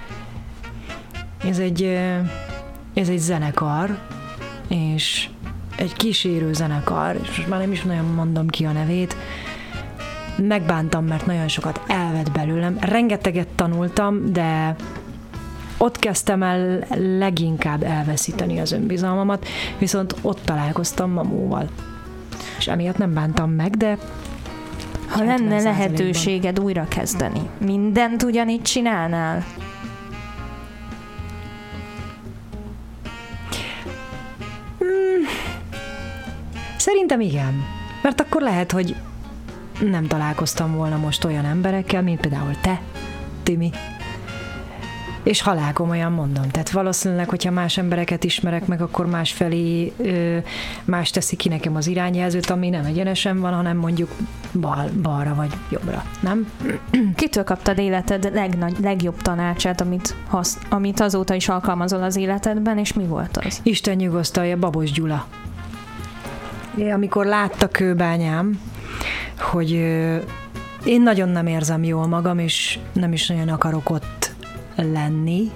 Ez egy zenekar, és egy kísérő zenekar, és most már nem is nagyon mondom ki a nevét. Megbántam, mert nagyon sokat elvett belőlem. Rengeteget tanultam, de ott kezdtem el leginkább elveszíteni az önbizalmamat, viszont ott találkoztam Mamóval. És emiatt nem bántam meg, de ha lenne lehetőséged újra kezdeni, mindent ugyanígy csinálnál? Szerintem igen, mert akkor lehet, hogy nem találkoztam volna most olyan emberekkel, mint például te, Timi. És halálkomolyan mondom, tehát valószínűleg, hogyha más embereket ismerek meg, akkor másfelé más teszi ki nekem az irányjelzőt, ami nem egyenesen van, hanem mondjuk balra vagy jobbra, nem? Kitől kaptad életed legjobb tanácsát, amit azóta is alkalmazol az életedben, és mi volt az? Isten nyugosztalja, Babos Gyula. Amikor látta Kőbányám, hogy én nagyon nem érzem jól magam, és nem is nagyon akarok ott lenni,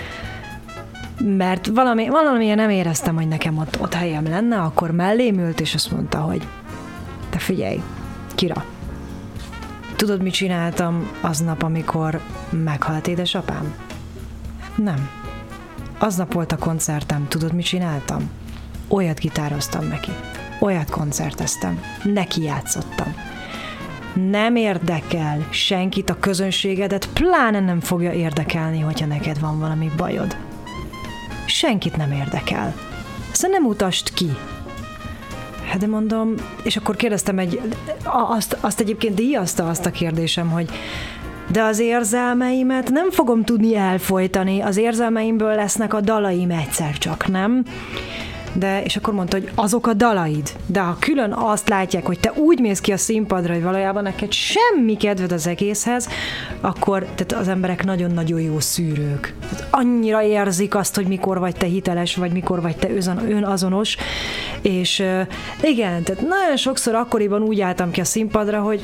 mert valamilyen nem éreztem, hogy nekem ott helyem lenne, akkor mellém ült, és azt mondta, hogy te figyelj, Kira, tudod, mit csináltam aznap, amikor meghalt édesapám? Nem. Aznap volt a koncertem, tudod, mit csináltam? Olyat gitároztam neki. Olyat koncerteztem, neki játszottam. Nem érdekel senkit, a közönségedet, pláne nem fogja érdekelni, hogyha neked van valami bajod. Senkit nem érdekel. Szóval nem utasd ki. Hát de mondom, és akkor kérdeztem azt egyébként díjazta azt a kérdésem, hogy de az érzelmeimet nem fogom tudni elfojtani, az érzelmeimből lesznek a dalaim egyszer csak, nem? és akkor mondta, hogy azok a dalaid, de ha külön azt látják, hogy te úgy mész ki a színpadra, hogy valójában neked semmi kedved az egészhez, akkor tehát az emberek nagyon-nagyon jó szűrők. Tehát annyira érzik azt, hogy mikor vagy te hiteles, vagy mikor vagy te önazonos, és igen, tehát nagyon sokszor akkoriban úgy álltam ki a színpadra, hogy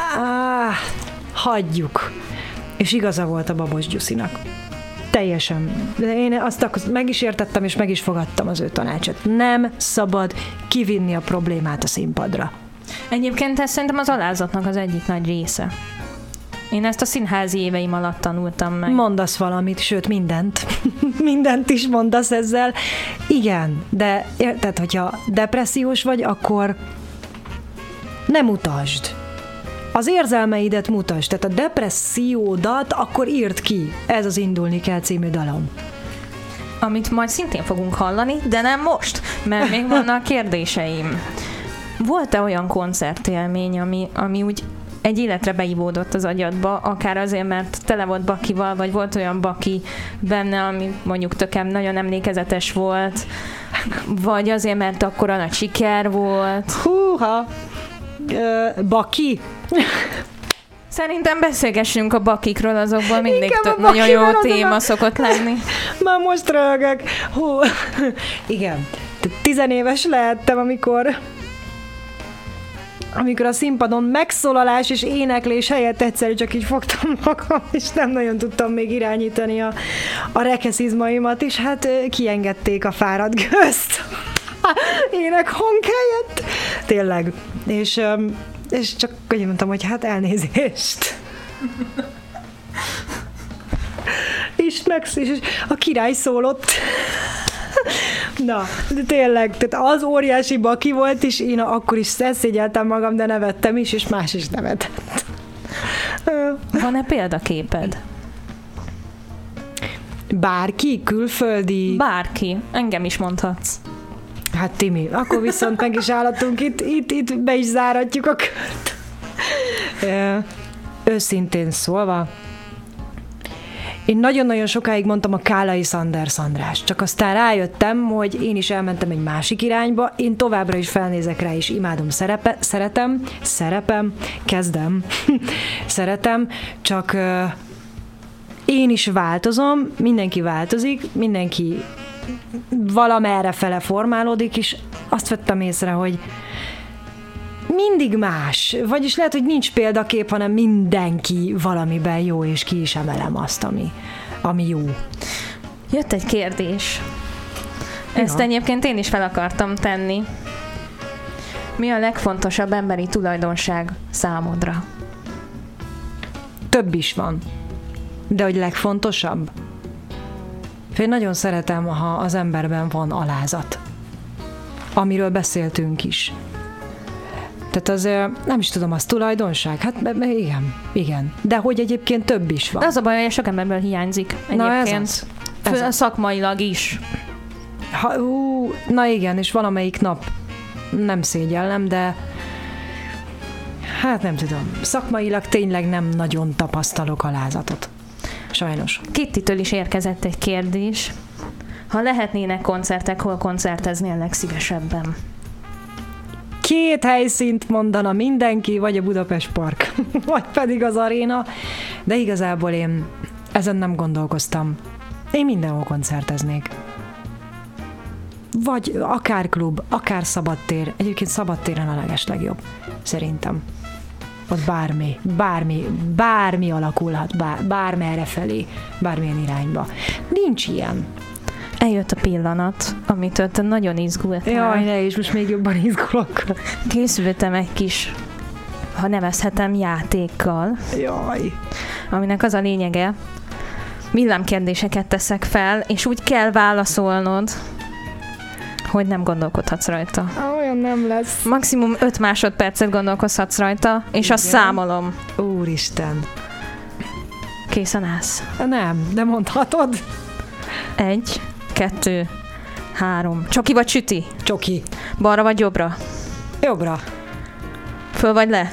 hagyjuk. És igaza volt a Babos Gyuszinak. Teljesen. De én azt meg is értettem, és meg is fogadtam az ő tanácsot. Nem szabad kivinni a problémát a színpadra. Egyébként ez szerintem az alázatnak az egyik nagy része. Én ezt a színházi éveim alatt tanultam meg. Mondasz valamit, sőt mindent. Mindent is mondasz ezzel. Igen, de érted, hogyha depressziós vagy, akkor nem mutasd. Az érzelmeidet mutasd, tehát a depressziódat akkor írd ki. Ez az Indulni kell című dalom. Amit majd szintén fogunk hallani, de nem most, mert még vannak kérdéseim. Volt-e olyan koncertélmény, ami úgy egy életre beivódott az agyadba, akár azért, mert tele volt bakival, vagy volt olyan baki benne, ami mondjuk tökem nagyon emlékezetes volt, vagy azért, mert akkora nagy siker volt? Húha! Baki? Szerintem beszélgessünk a bakikról, azokból mindig nagyon jó téma szokott lenni. Már most röhögök. Hú. Igen. 10 éves lehettem, amikor a színpadon megszólalás és éneklés helyett egyszerűen csak így fogtam magam, és nem nagyon tudtam még irányítani a rekeszizmaimat, és hát kiengedték a fáradt gőzt. Énekhang helyett. Tényleg. És csak úgy mondtam, hogy hát elnézést. És a király szólott. Na, de tényleg, tehát az óriási baki volt, és én akkor is szeszégyeltem magam, de nevettem is, és más is nevetett. Van-e példaképed? Bárki? Külföldi? Bárki. Engem is mondhatsz. Hát Timi, akkor viszont meg is állatunk, itt be is záratjuk a kört. Őszintén szólva, én nagyon-nagyon sokáig mondtam a Kálai Sanders András, csak aztán rájöttem, hogy én is elmentem egy másik irányba, én továbbra is felnézek rá, és imádom, szeretem, csak én is változom, mindenki változik, mindenki valamerre fele formálódik, és azt vettem észre, hogy mindig más. Vagyis lehet, hogy nincs példakép, hanem mindenki valamiben jó, és ki is emelem azt, ami jó. Jött egy kérdés. Ezt egyébként én is fel akartam tenni. Mi a legfontosabb emberi tulajdonság számodra? Több is van. De hogy legfontosabb? Én nagyon szeretem, ha az emberben van alázat. Amiről beszéltünk is. Tehát az, nem is tudom, az tulajdonság? Hát igen. De hogy egyébként több is van. De az a baj, hogy sok emberből hiányzik egyébként. Na ez az. Szakmailag is. Na igen, és valamelyik nap nem szégyellem, de hát nem tudom. Szakmailag tényleg nem nagyon tapasztalok alázatot. Sajnos. Kittitől is érkezett egy kérdés. Ha lehetnének koncertek, hol koncerteznél legszívesebben? 2 helyszínt mondana mindenki, vagy a Budapest Park, vagy pedig az aréna, de igazából én ezen nem gondolkoztam. Én mindenhol koncerteznék. Vagy akár klub, akár szabadtér. Egyébként szabadtéren a legeslegjobb, szerintem. Ott bármi alakulhat, bármerre felé, bármilyen irányba. Nincs ilyen. Eljött a pillanat, amitől te nagyon izgultál. Jaj, ne is, most még jobban izgulok. Készültem egy kis, ha nevezhetem, játékkal. Jaj. Aminek az a lényege, villámkérdéseket teszek fel, és úgy kell válaszolnod, hogy nem gondolkodhatsz rajta. Olyan nem lesz. Maximum 5 másodpercet gondolkozhatsz rajta, és azt számolom. Úristen. Készen állsz? Nem, de mondhatod. 1, 2, 3. Csoki vagy süti? Csoki. Balra vagy jobbra? Jobbra. Föl vagy le?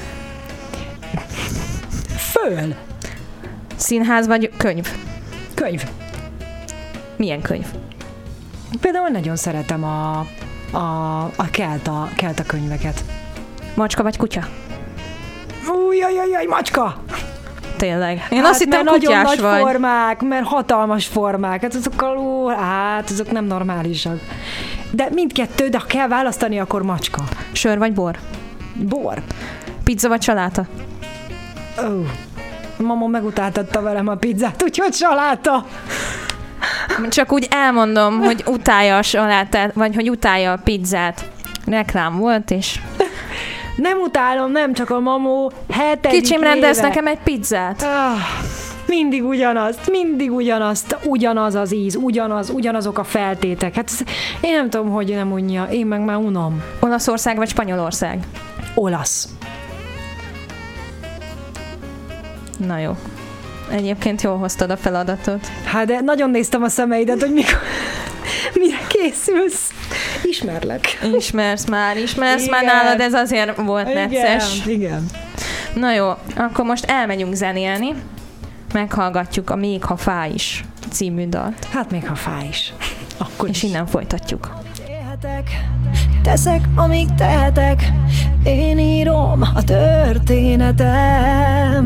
Föl. Színház vagy könyv? Könyv. Milyen könyv? Például nagyon szeretem a kelta könyveket. Macska vagy kutya? Újjajjaj, macska! Tényleg. Én azt hittem, kutyás nagyon vagy. nagy formák, mert hatalmas formák. Hát azok nem normálisak. De mindkettő, de ha kell választani, akkor macska. Sör vagy bor? Bor. Pizza vagy saláta? Mama megutáltatta velem a pizzát, úgyhogy saláta. Csak úgy elmondom, hogy utálja a salátát, vagy hogy utálja a pizzát. Reklám volt, és... Nem utálom, nem csak a mamó. 7. Kicsim, éve. rendelsz nekem egy pizzát? Mindig ugyanazt, ugyanaz az íz, ugyanazok a feltétek. Hát én nem tudom, hogy nem unja, én meg már unom. Olaszország vagy Spanyolország? Olasz. Na jó. Egyébként jól hoztad a feladatot. Hát de nagyon néztem a szemeidet, hogy mire készülsz. Ismersz már nálad, ez azért volt necces. Igen. Na jó, akkor most elmegyünk zenélni, meghallgatjuk a Még ha fáj is című dalt. Hát még ha fáj is. Akkor és is. innen folytatjuk. Teszek, amíg tehetek, én írom a történetem.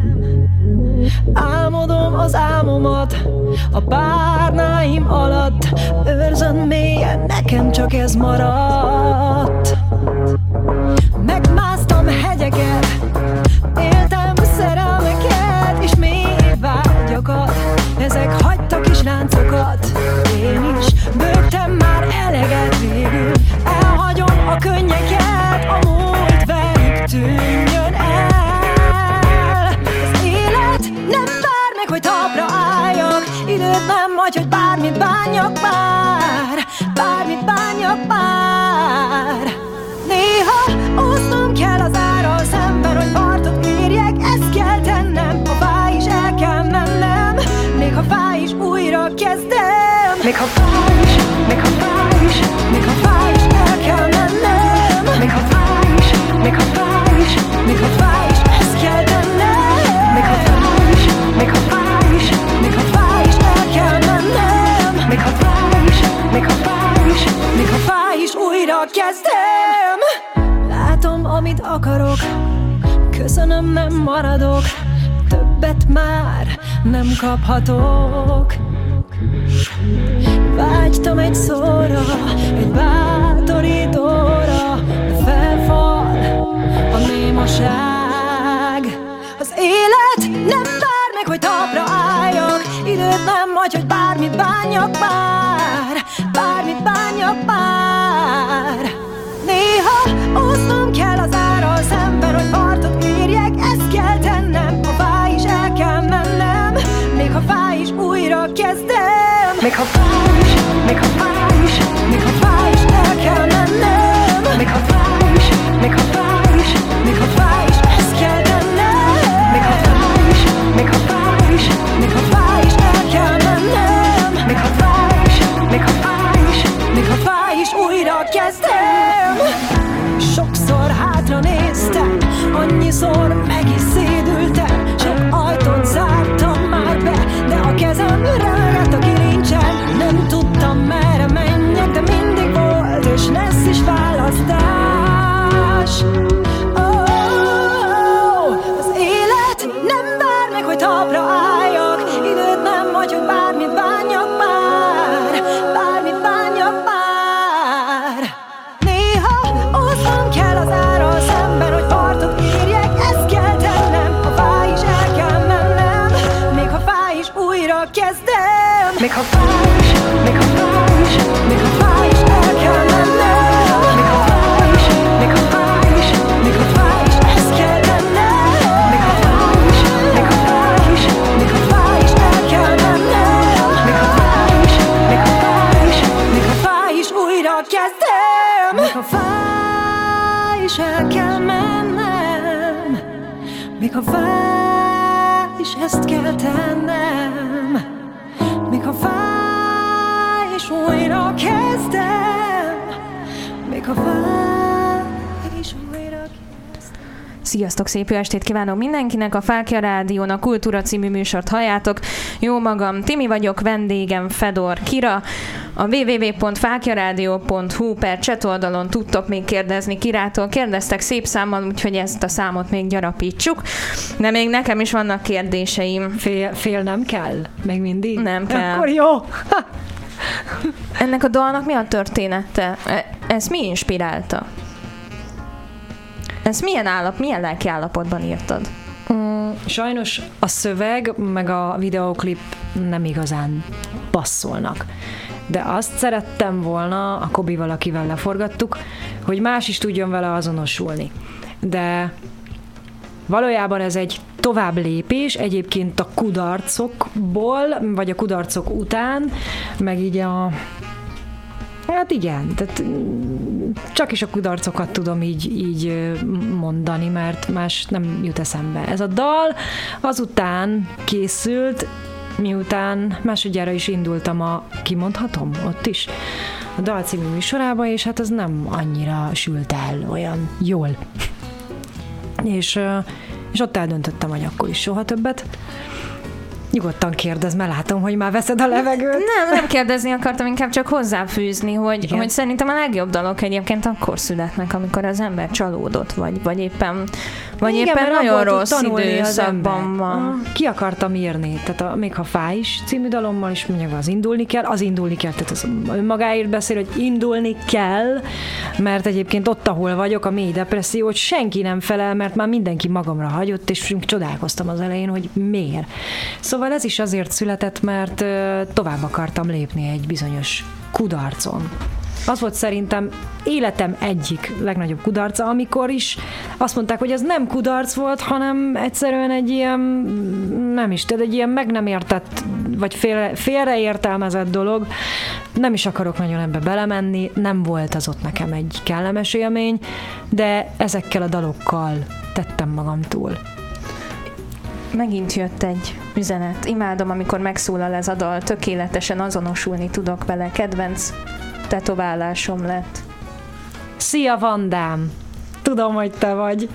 Álmodom az álmomat a párnáim alatt, őrzöm mélyen, nekem csak ez maradt. Megmásztam hegyeket, éltem szerelmeket, és mély vágyakat, ezek hagytak is láncokat. Én is bőgtem már eleget, végül elhagyom a könnyeket, a múlt velük tűnjön el. Az élet nem vár meg, hogy talpra álljak, időt nem hagy, hogy bármit bánjak már, bármit bánjak már. Néha úsznom kell az árral szemben, hogy partot érjek, ezt kell tennem. Ha fáj is, el kell mennem, még ha fáj is, újra kezdem. Még ha fáj is, még ha fáj is, még ha fáj is, el kell mennem. Még ha fáj is, még ha fáj is, még ha fáj is, ezt kell tennem. Még ha fáj is, még ha fáj is, még ha fáj is, el kell mennem. Még ha fáj is, még ha fáj is, még ha fáj is, újra kezdem. Látom, amit akarok, köszönöm, nem maradok, többet már nem kaphatok. Vágytam egy szóra, egy bátorítóra, de felfal a némaság. Az élet nem vár meg, hogy talpra álljak, időt nem hagy, hogy bármit bánjak már, bármit bánjak már. Néha úsznom kell az árral szemben, hogy partot érjek, ezt kell tennem. Ha fáj is, el kell mennem, még ha fáj is, újra kezdem. Még ha fáj is, még ha fáj is, még ha fáj is, el kell mennem. Még ha fáj is, még ha fáj is, még ha fáj is, ezt kell tennem. Még ha fáj is, még ha fáj is, még ha fáj is, el kell mennem. Még ha fáj is, még ha fáj is, még ha fáj is, újra kezdem. Sokszor hátra néztem, annyiszor meg is szédültem, sok ajtót zártam már be, de a kezem rágett a kilincsen. Nem tudtam, merre menjek, de mindig volt és lesz is választás. Az élet nem vár meg, hogy talpra álljak, időt nem hagy, hogy bármit bánjak már, bármit bánjak már. Néha úsznom kell az árral szemben, hogy partot érjek, ezt kell tennem. Ha fáj is, el kell mennem, még ha fáj is, újra kezdem. Még ha fáj is, még ha fáj is, még ha fáj is, el kell mennem. Még ha fáj is, még ha fáj is, még ha fáj is, ezt kell tennem. Még ha fáj is, még ha fáj is, még ha fáj is, el kell mennem. Még ha fáj is, még ha fáj is, még ha fáj is, újra kezdem. Még ha fáj is, el kell mennem. Még ha fáj is, ezt kell tennem. Még ha fáj és újra kezdem. Még ha fáj és újra kezdem. Sziasztok, szép jó estét kívánok mindenkinek! A Fákja Rádión a Kultúra című műsort halljátok. Jó magam, Timi vagyok, vendégem Fedor Kira. A www.fákjaradio.hu/chat oldalon tudtok még kérdezni Kirától. Kérdeztek szép számmal, úgyhogy ezt a számot még gyarapítsuk. De még nekem is vannak kérdéseim. Fél nem kell? Még mindig? Nem kell. Akkor jó! Ennek a dalnak mi a története? Ez mi inspirálta? Ez milyen lelki állapotban írtad? Sajnos a szöveg meg a videóklip nem igazán passzolnak. De azt szerettem volna, a Kobival, akivel leforgattuk, hogy más is tudjon vele azonosulni. De valójában ez egy tovább lépés, egyébként a kudarcokból, vagy a kudarcok után, meg így hát igen, tehát csak is a kudarcokat tudom így mondani, mert más nem jut eszembe. Ez a dal azután készült, miután másodjára is indultam kimondhatom ott is, a Dal című műsorába, és hát ez nem annyira sült el olyan jól. És ott eldöntöttem, hogy akkor is soha többet. Nyugodtan kérdezz, mert látom, hogy már veszed a levegőt. Nem kérdezni akartam, inkább csak hozzáfűzni, hogy szerintem a legjobb dalok egyébként akkor születnek, amikor az ember csalódott, vagy éppen nagyon rossz időszakban van. Ki akartam írni, tehát még ha fáj is című dalommal is mondjuk az indulni kell, tehát az önmagáért beszél, hogy indulni kell, mert egyébként ott, ahol vagyok, a mély depresszió, hogy senki nem felel, mert már mindenki magamra hagyott, és csodálkoztam az elején, hogy miért. Szóval ez is azért született, mert tovább akartam lépni egy bizonyos kudarcon. Az volt szerintem életem egyik legnagyobb kudarca, amikor is azt mondták, hogy ez nem kudarc volt, hanem egyszerűen egy ilyen, nem is, tehát egy ilyen meg nem értett, vagy félreértelmezett dolog. Nem is akarok nagyon ebbe belemenni, nem volt az ott nekem egy kellemes élmény, de ezekkel a dalokkal tettem magam túl. Megint jött egy üzenet. Imádom, amikor megszólal ez a dal, tökéletesen azonosulni tudok vele. Kedvenc tetoválásom lett. Szia, Vandám! Tudom, hogy te vagy.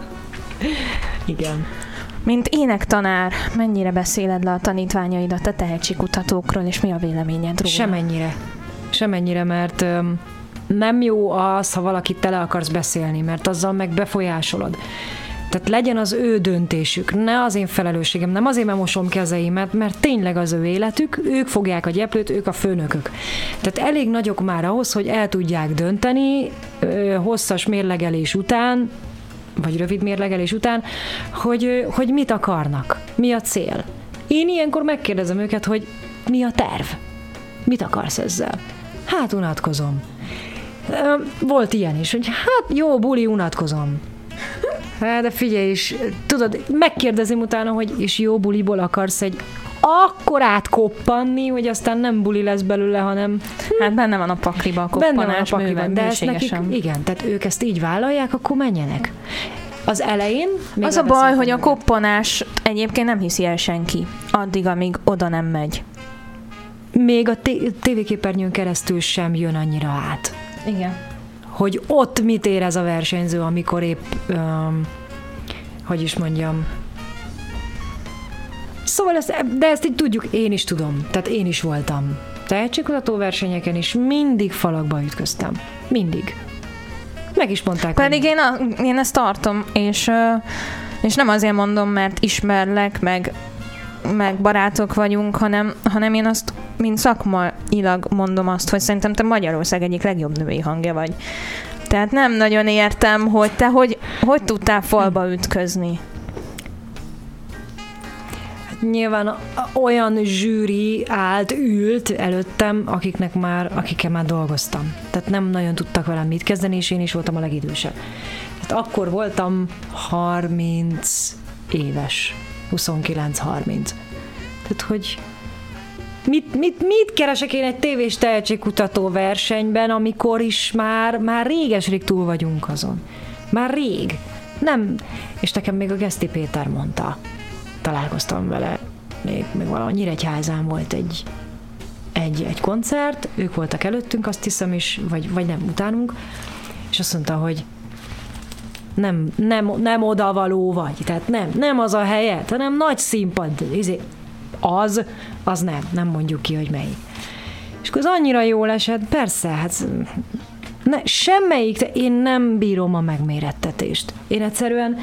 Igen. Mint énektanár, mennyire beszéled le a tanítványaidat a tehetségkutatókról, és mi a véleményed róla? Semennyire, mert nem jó az, ha valakit tele akarsz beszélni, mert azzal meg befolyásolod. Tehát legyen az ő döntésük, ne az én felelősségem, nem azért, mert mosom kezeimet, mert tényleg az ő életük, ők fogják a gyeplőt, ők a főnökök. Tehát elég nagyok már ahhoz, hogy el tudják dönteni hosszas mérlegelés után, vagy rövid mérlegelés után, hogy mit akarnak, mi a cél. Én ilyenkor megkérdezem őket, hogy mi a terv, mit akarsz ezzel? Hát unatkozom. Volt ilyen is, hogy hát jó, buli, unatkozom. De figyelj is, tudod, megkérdezem utána, hogy és jó buliból akarsz egy akkorát koppanni, hogy aztán nem buli lesz belőle, hanem... Hát benne van a pakliba a koppanás, bőven, de ezt nekik, igen, tehát ők ezt így vállalják, akkor menjenek. Az elején... Az a baj, hogy a koppanás egyébként nem hiszi el senki, addig, amíg oda nem megy. Még a tévéképernyőn keresztül sem jön annyira át. Igen. Hogy ott mit érez a versenyző, amikor épp, hogy is mondjam. Szóval de ezt így tudjuk, én is tudom. Tehát én is voltam tehetségkutató versenyeken is, mindig falakba ütköztem. Mindig. Meg is mondták. Pedig én ezt tartom, és nem azért mondom, mert ismerlek, meg barátok vagyunk, hanem én azt, mint szakmailag mondom azt, hogy szerintem te Magyarország egyik legjobb női hangja vagy. Tehát nem nagyon értem, hogy te hogy tudtál falba ütközni. Nyilván olyan zsűri ült előttem, akikkel már dolgoztam. Tehát nem nagyon tudtak velem mit kezdeni, és én is voltam a legidősebb. Tehát akkor voltam 30 éves. 29-30. Tehát, hogy mit keresek én egy tévés tehetségkutató versenyben, amikor is már réges-rég túl vagyunk azon. Már rég. Nem. És nekem még a Geszti Péter mondta. Találkoztam vele. Még valahol Nyíregyházán volt egy koncert, ők voltak előttünk, azt hiszem is, vagy nem, utánunk, és azt mondta, hogy nem odavaló vagy, tehát nem az a helyet, hanem nagy színpad, az nem mondjuk ki, hogy melyik. És akkor az annyira jól esett, persze, hát semmelyik, én nem bírom a megmérettetést. Én egyszerűen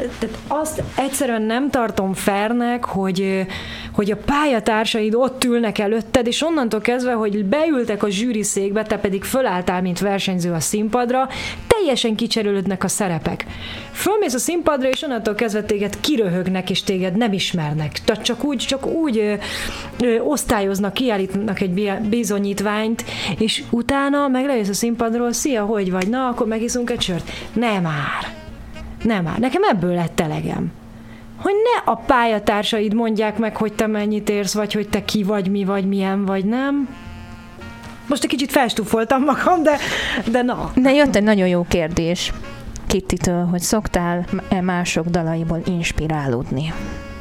nem tartom fairnek, hogy a pályatársaid ott ülnek előtted, és onnantól kezdve, hogy beültek a zsűriszékbe, te pedig fölálltál, mint versenyző a színpadra, teljesen kicserélődnek a szerepek. Fölmész a színpadra, és onnantól kezdve téged kiröhögnek, és téged nem ismernek. Tehát csak úgy osztályoznak, kiállítnak egy bizonyítványt, és utána meg lejössz a színpadról, szia, hogy vagy? Na, akkor megiszunk egy sört. Nem már. Nekem ebből lett elegem. Hogy ne a pályatársaid mondják meg, hogy te mennyit érsz, vagy hogy te ki vagy, mi vagy, milyen vagy, nem? Most egy kicsit felstúfoltam magam, de na. De jött egy nagyon jó kérdés Kittitől, hogy szoktál-e mások dalaiból inspirálódni?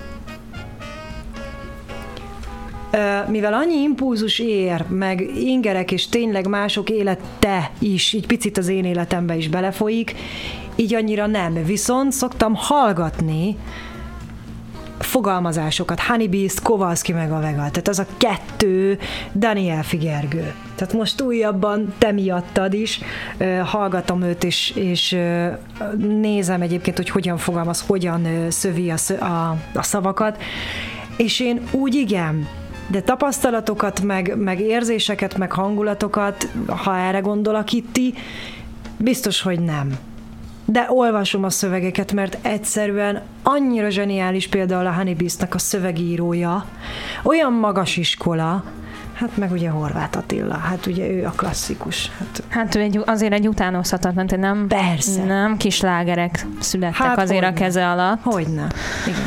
Mivel annyi impulzus ér, meg ingerek, és tényleg mások élete is, így picit az én életembe is belefolyik, így annyira nem. Viszont szoktam hallgatni fogalmazásokat. Honey Beast, Kowalski meg a Vega. Tehát az a 2 Daniel Figergő. Tehát most újabban te miattad is hallgatom őt, és nézem egyébként, hogy hogyan fogalmaz, hogyan szövi a szavakat. És én úgy igen, de tapasztalatokat, meg érzéseket, meg hangulatokat, ha erre gondol a Kitti, biztos, hogy nem. De olvasom a szövegeket, mert egyszerűen annyira zseniális például a Honey Beast-nek a szövegírója, olyan magas iskola, hát meg ugye Horváth Attila, hát ugye ő a klasszikus. Hát ő azért egy utánozhatatlan, nem? Persze. Nem kis slágerek születtek azért a keze alatt. Hogyne, igen.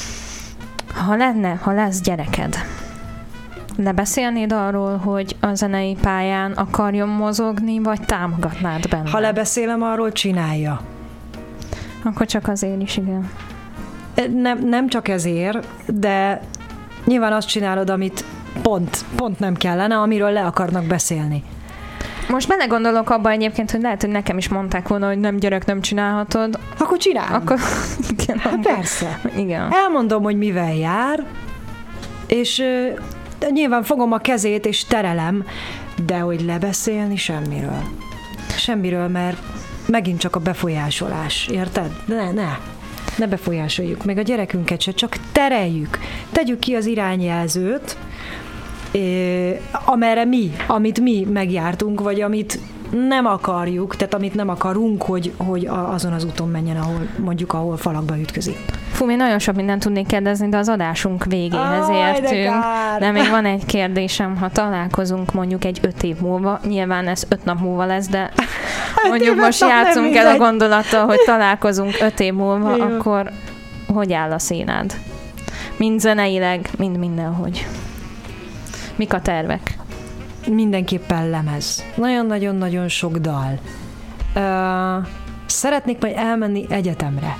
Ha lesz gyereked, lebeszélnéd arról, hogy a zenei pályán akarjon mozogni, vagy támogatnád benne? Ha lebeszélem arról, csinálja. Akkor csak azért is, igen. Nem csak ezért, de nyilván azt csinálod, amit pont nem kellene, amiről le akarnak beszélni. Most belegondolok abba egyébként, hogy lehet, hogy nekem is mondták volna, hogy nem gyerek, nem csinálhatod. Akkor csinálom. Akkor igen. Hát persze. Igen. Elmondom, hogy mivel jár, és nyilván fogom a kezét, és terelem, de hogy lebeszélni semmiről. Semmiről, mert megint csak a befolyásolás, érted? Ne befolyásoljuk, meg a gyerekünket se, csak tereljük. Tegyük ki az irányjelzőt, amerre amit mi megjártunk, vagy amit nem akarjuk, tehát amit nem akarunk, hogy azon az úton menjen, ahol falakba ütközik. Fú, én nagyon sok mindent tudnék kérdezni, de az adásunk végéhez értünk. De még van egy kérdésem, ha találkozunk mondjuk egy 5 év múlva, nyilván ez 5 nap múlva lesz, de mondjuk most játszunk el a gondolattal, hogy találkozunk 5 év múlva, jó. Akkor hogy áll a színád? Mind zeneileg, mind mindenhogy. Mik a tervek? Mindenképpen lemez. Nagyon-nagyon-nagyon sok dal. Szeretnék majd elmenni egyetemre.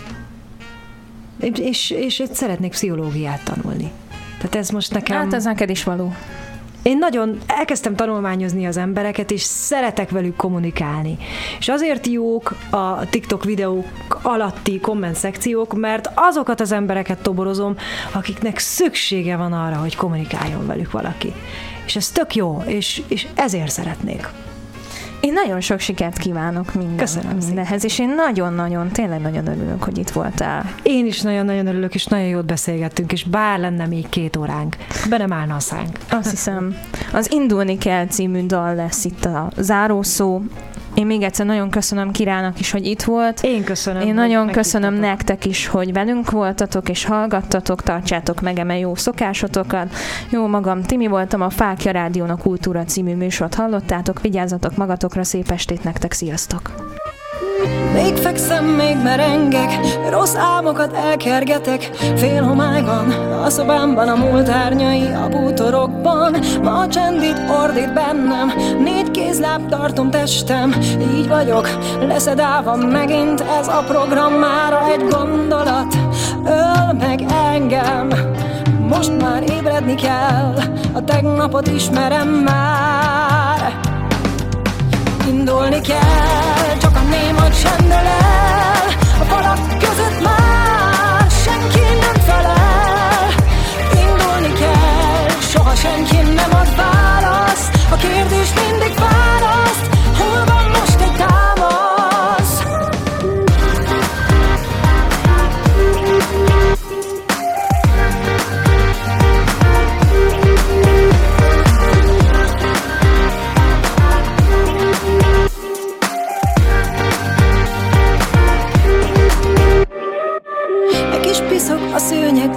És szeretnék pszichológiát tanulni. Tehát ez most nekem... Hát ez neked is való. Én nagyon elkezdtem tanulmányozni az embereket, és szeretek velük kommunikálni. És azért jók a TikTok videók alatti komment szekciók, mert azokat az embereket toborozom, akiknek szüksége van arra, hogy kommunikáljon velük valaki. És ez tök jó, és ezért szeretnék. Én nagyon sok sikert kívánok mindenhez, és én tényleg nagyon örülök, hogy itt voltál. Én is nagyon-nagyon örülök, és nagyon jót beszélgettünk, és bár lenne még 2 óránk, be nem állna a szánk. Azt hiszem, az Indulni kell című dal lesz itt a zárószó. Én még egyszer nagyon köszönöm Kirának is, hogy itt volt. Én köszönöm. Én nagyon köszönöm nektek is, hogy velünk voltatok és hallgattatok, tartsátok meg eme jó szokásotokat. Jó magam, Timi voltam, a Fákja Rádión a Kultúra című műsort hallottátok, vigyázzatok magatokra, szép estét nektek, sziasztok! Még fekszem, még merengek, rossz álmokat elkergetek. Fél homály van a szobámban, a múlt árnyai a bútorokban. Ma a csend itt ordít bennem, 4 kézláb tartom testem. Így vagyok, leszedálva megint ez a program. Mára egy gondolat öl meg engem. Most már ébredni kell, a tegnapot ismerem már. Indulni kell, csak a némat csendel el. A falak között már senki nem felel. Indulni kell, soha senki nem ad választ.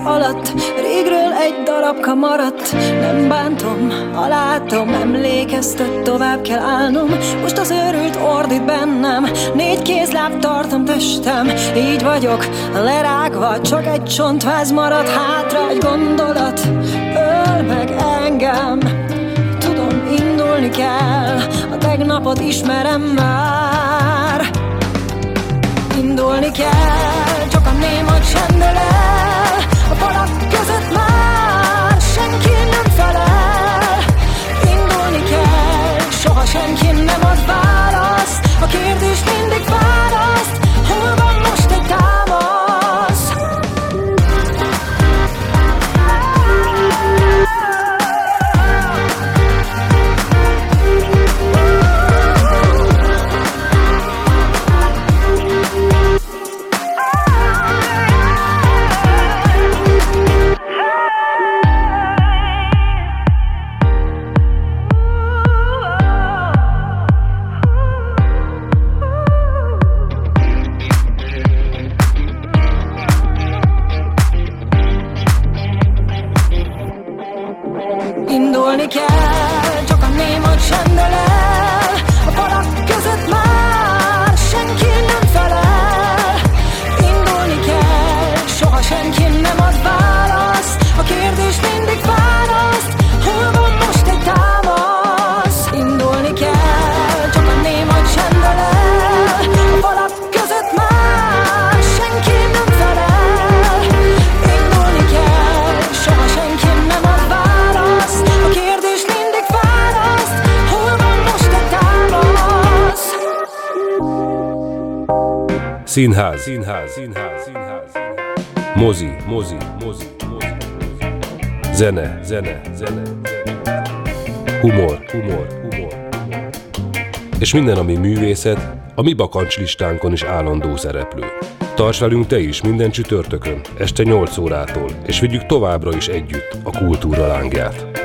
alatt, régről egy darabka maradt. Nem bántom, ha látom, emlékeztet, tovább kell állnom. Most az őrült ordít bennem, 4 kézláb tartom testem. Így vagyok, lerágva, csak egy csontváz marad hátra. Egy gondolat öl meg engem, tudom, indulni kell, a tegnapot ismerem már. Indulni kell, csak a néma csendel el, a falak között már senki nem felel. Indulni kell, soha senki nem ad választ, a kérdés mindig választ, hol van most egy támasz? Indulni kell, csak a néma csendel el, a falak között már senki nem felel. Indulni kell, soha senki nem ad választ, a kérdés mindig választ, hol van most egy támasz? Indulni kell, csak a néma csendel el, a falak között már senki nem felel. Indulni kell, soha senki nem ad választ, a kérdés mindig választ, hol van most egy támasz? Színház. Mozi. Zene. Humor. És minden, ami művészet, a mi bakancslistánkon is állandó szereplő. Tarts velünk te is minden csütörtökön, este 8 órától, és vigyük továbbra is együtt a kultúra lángját.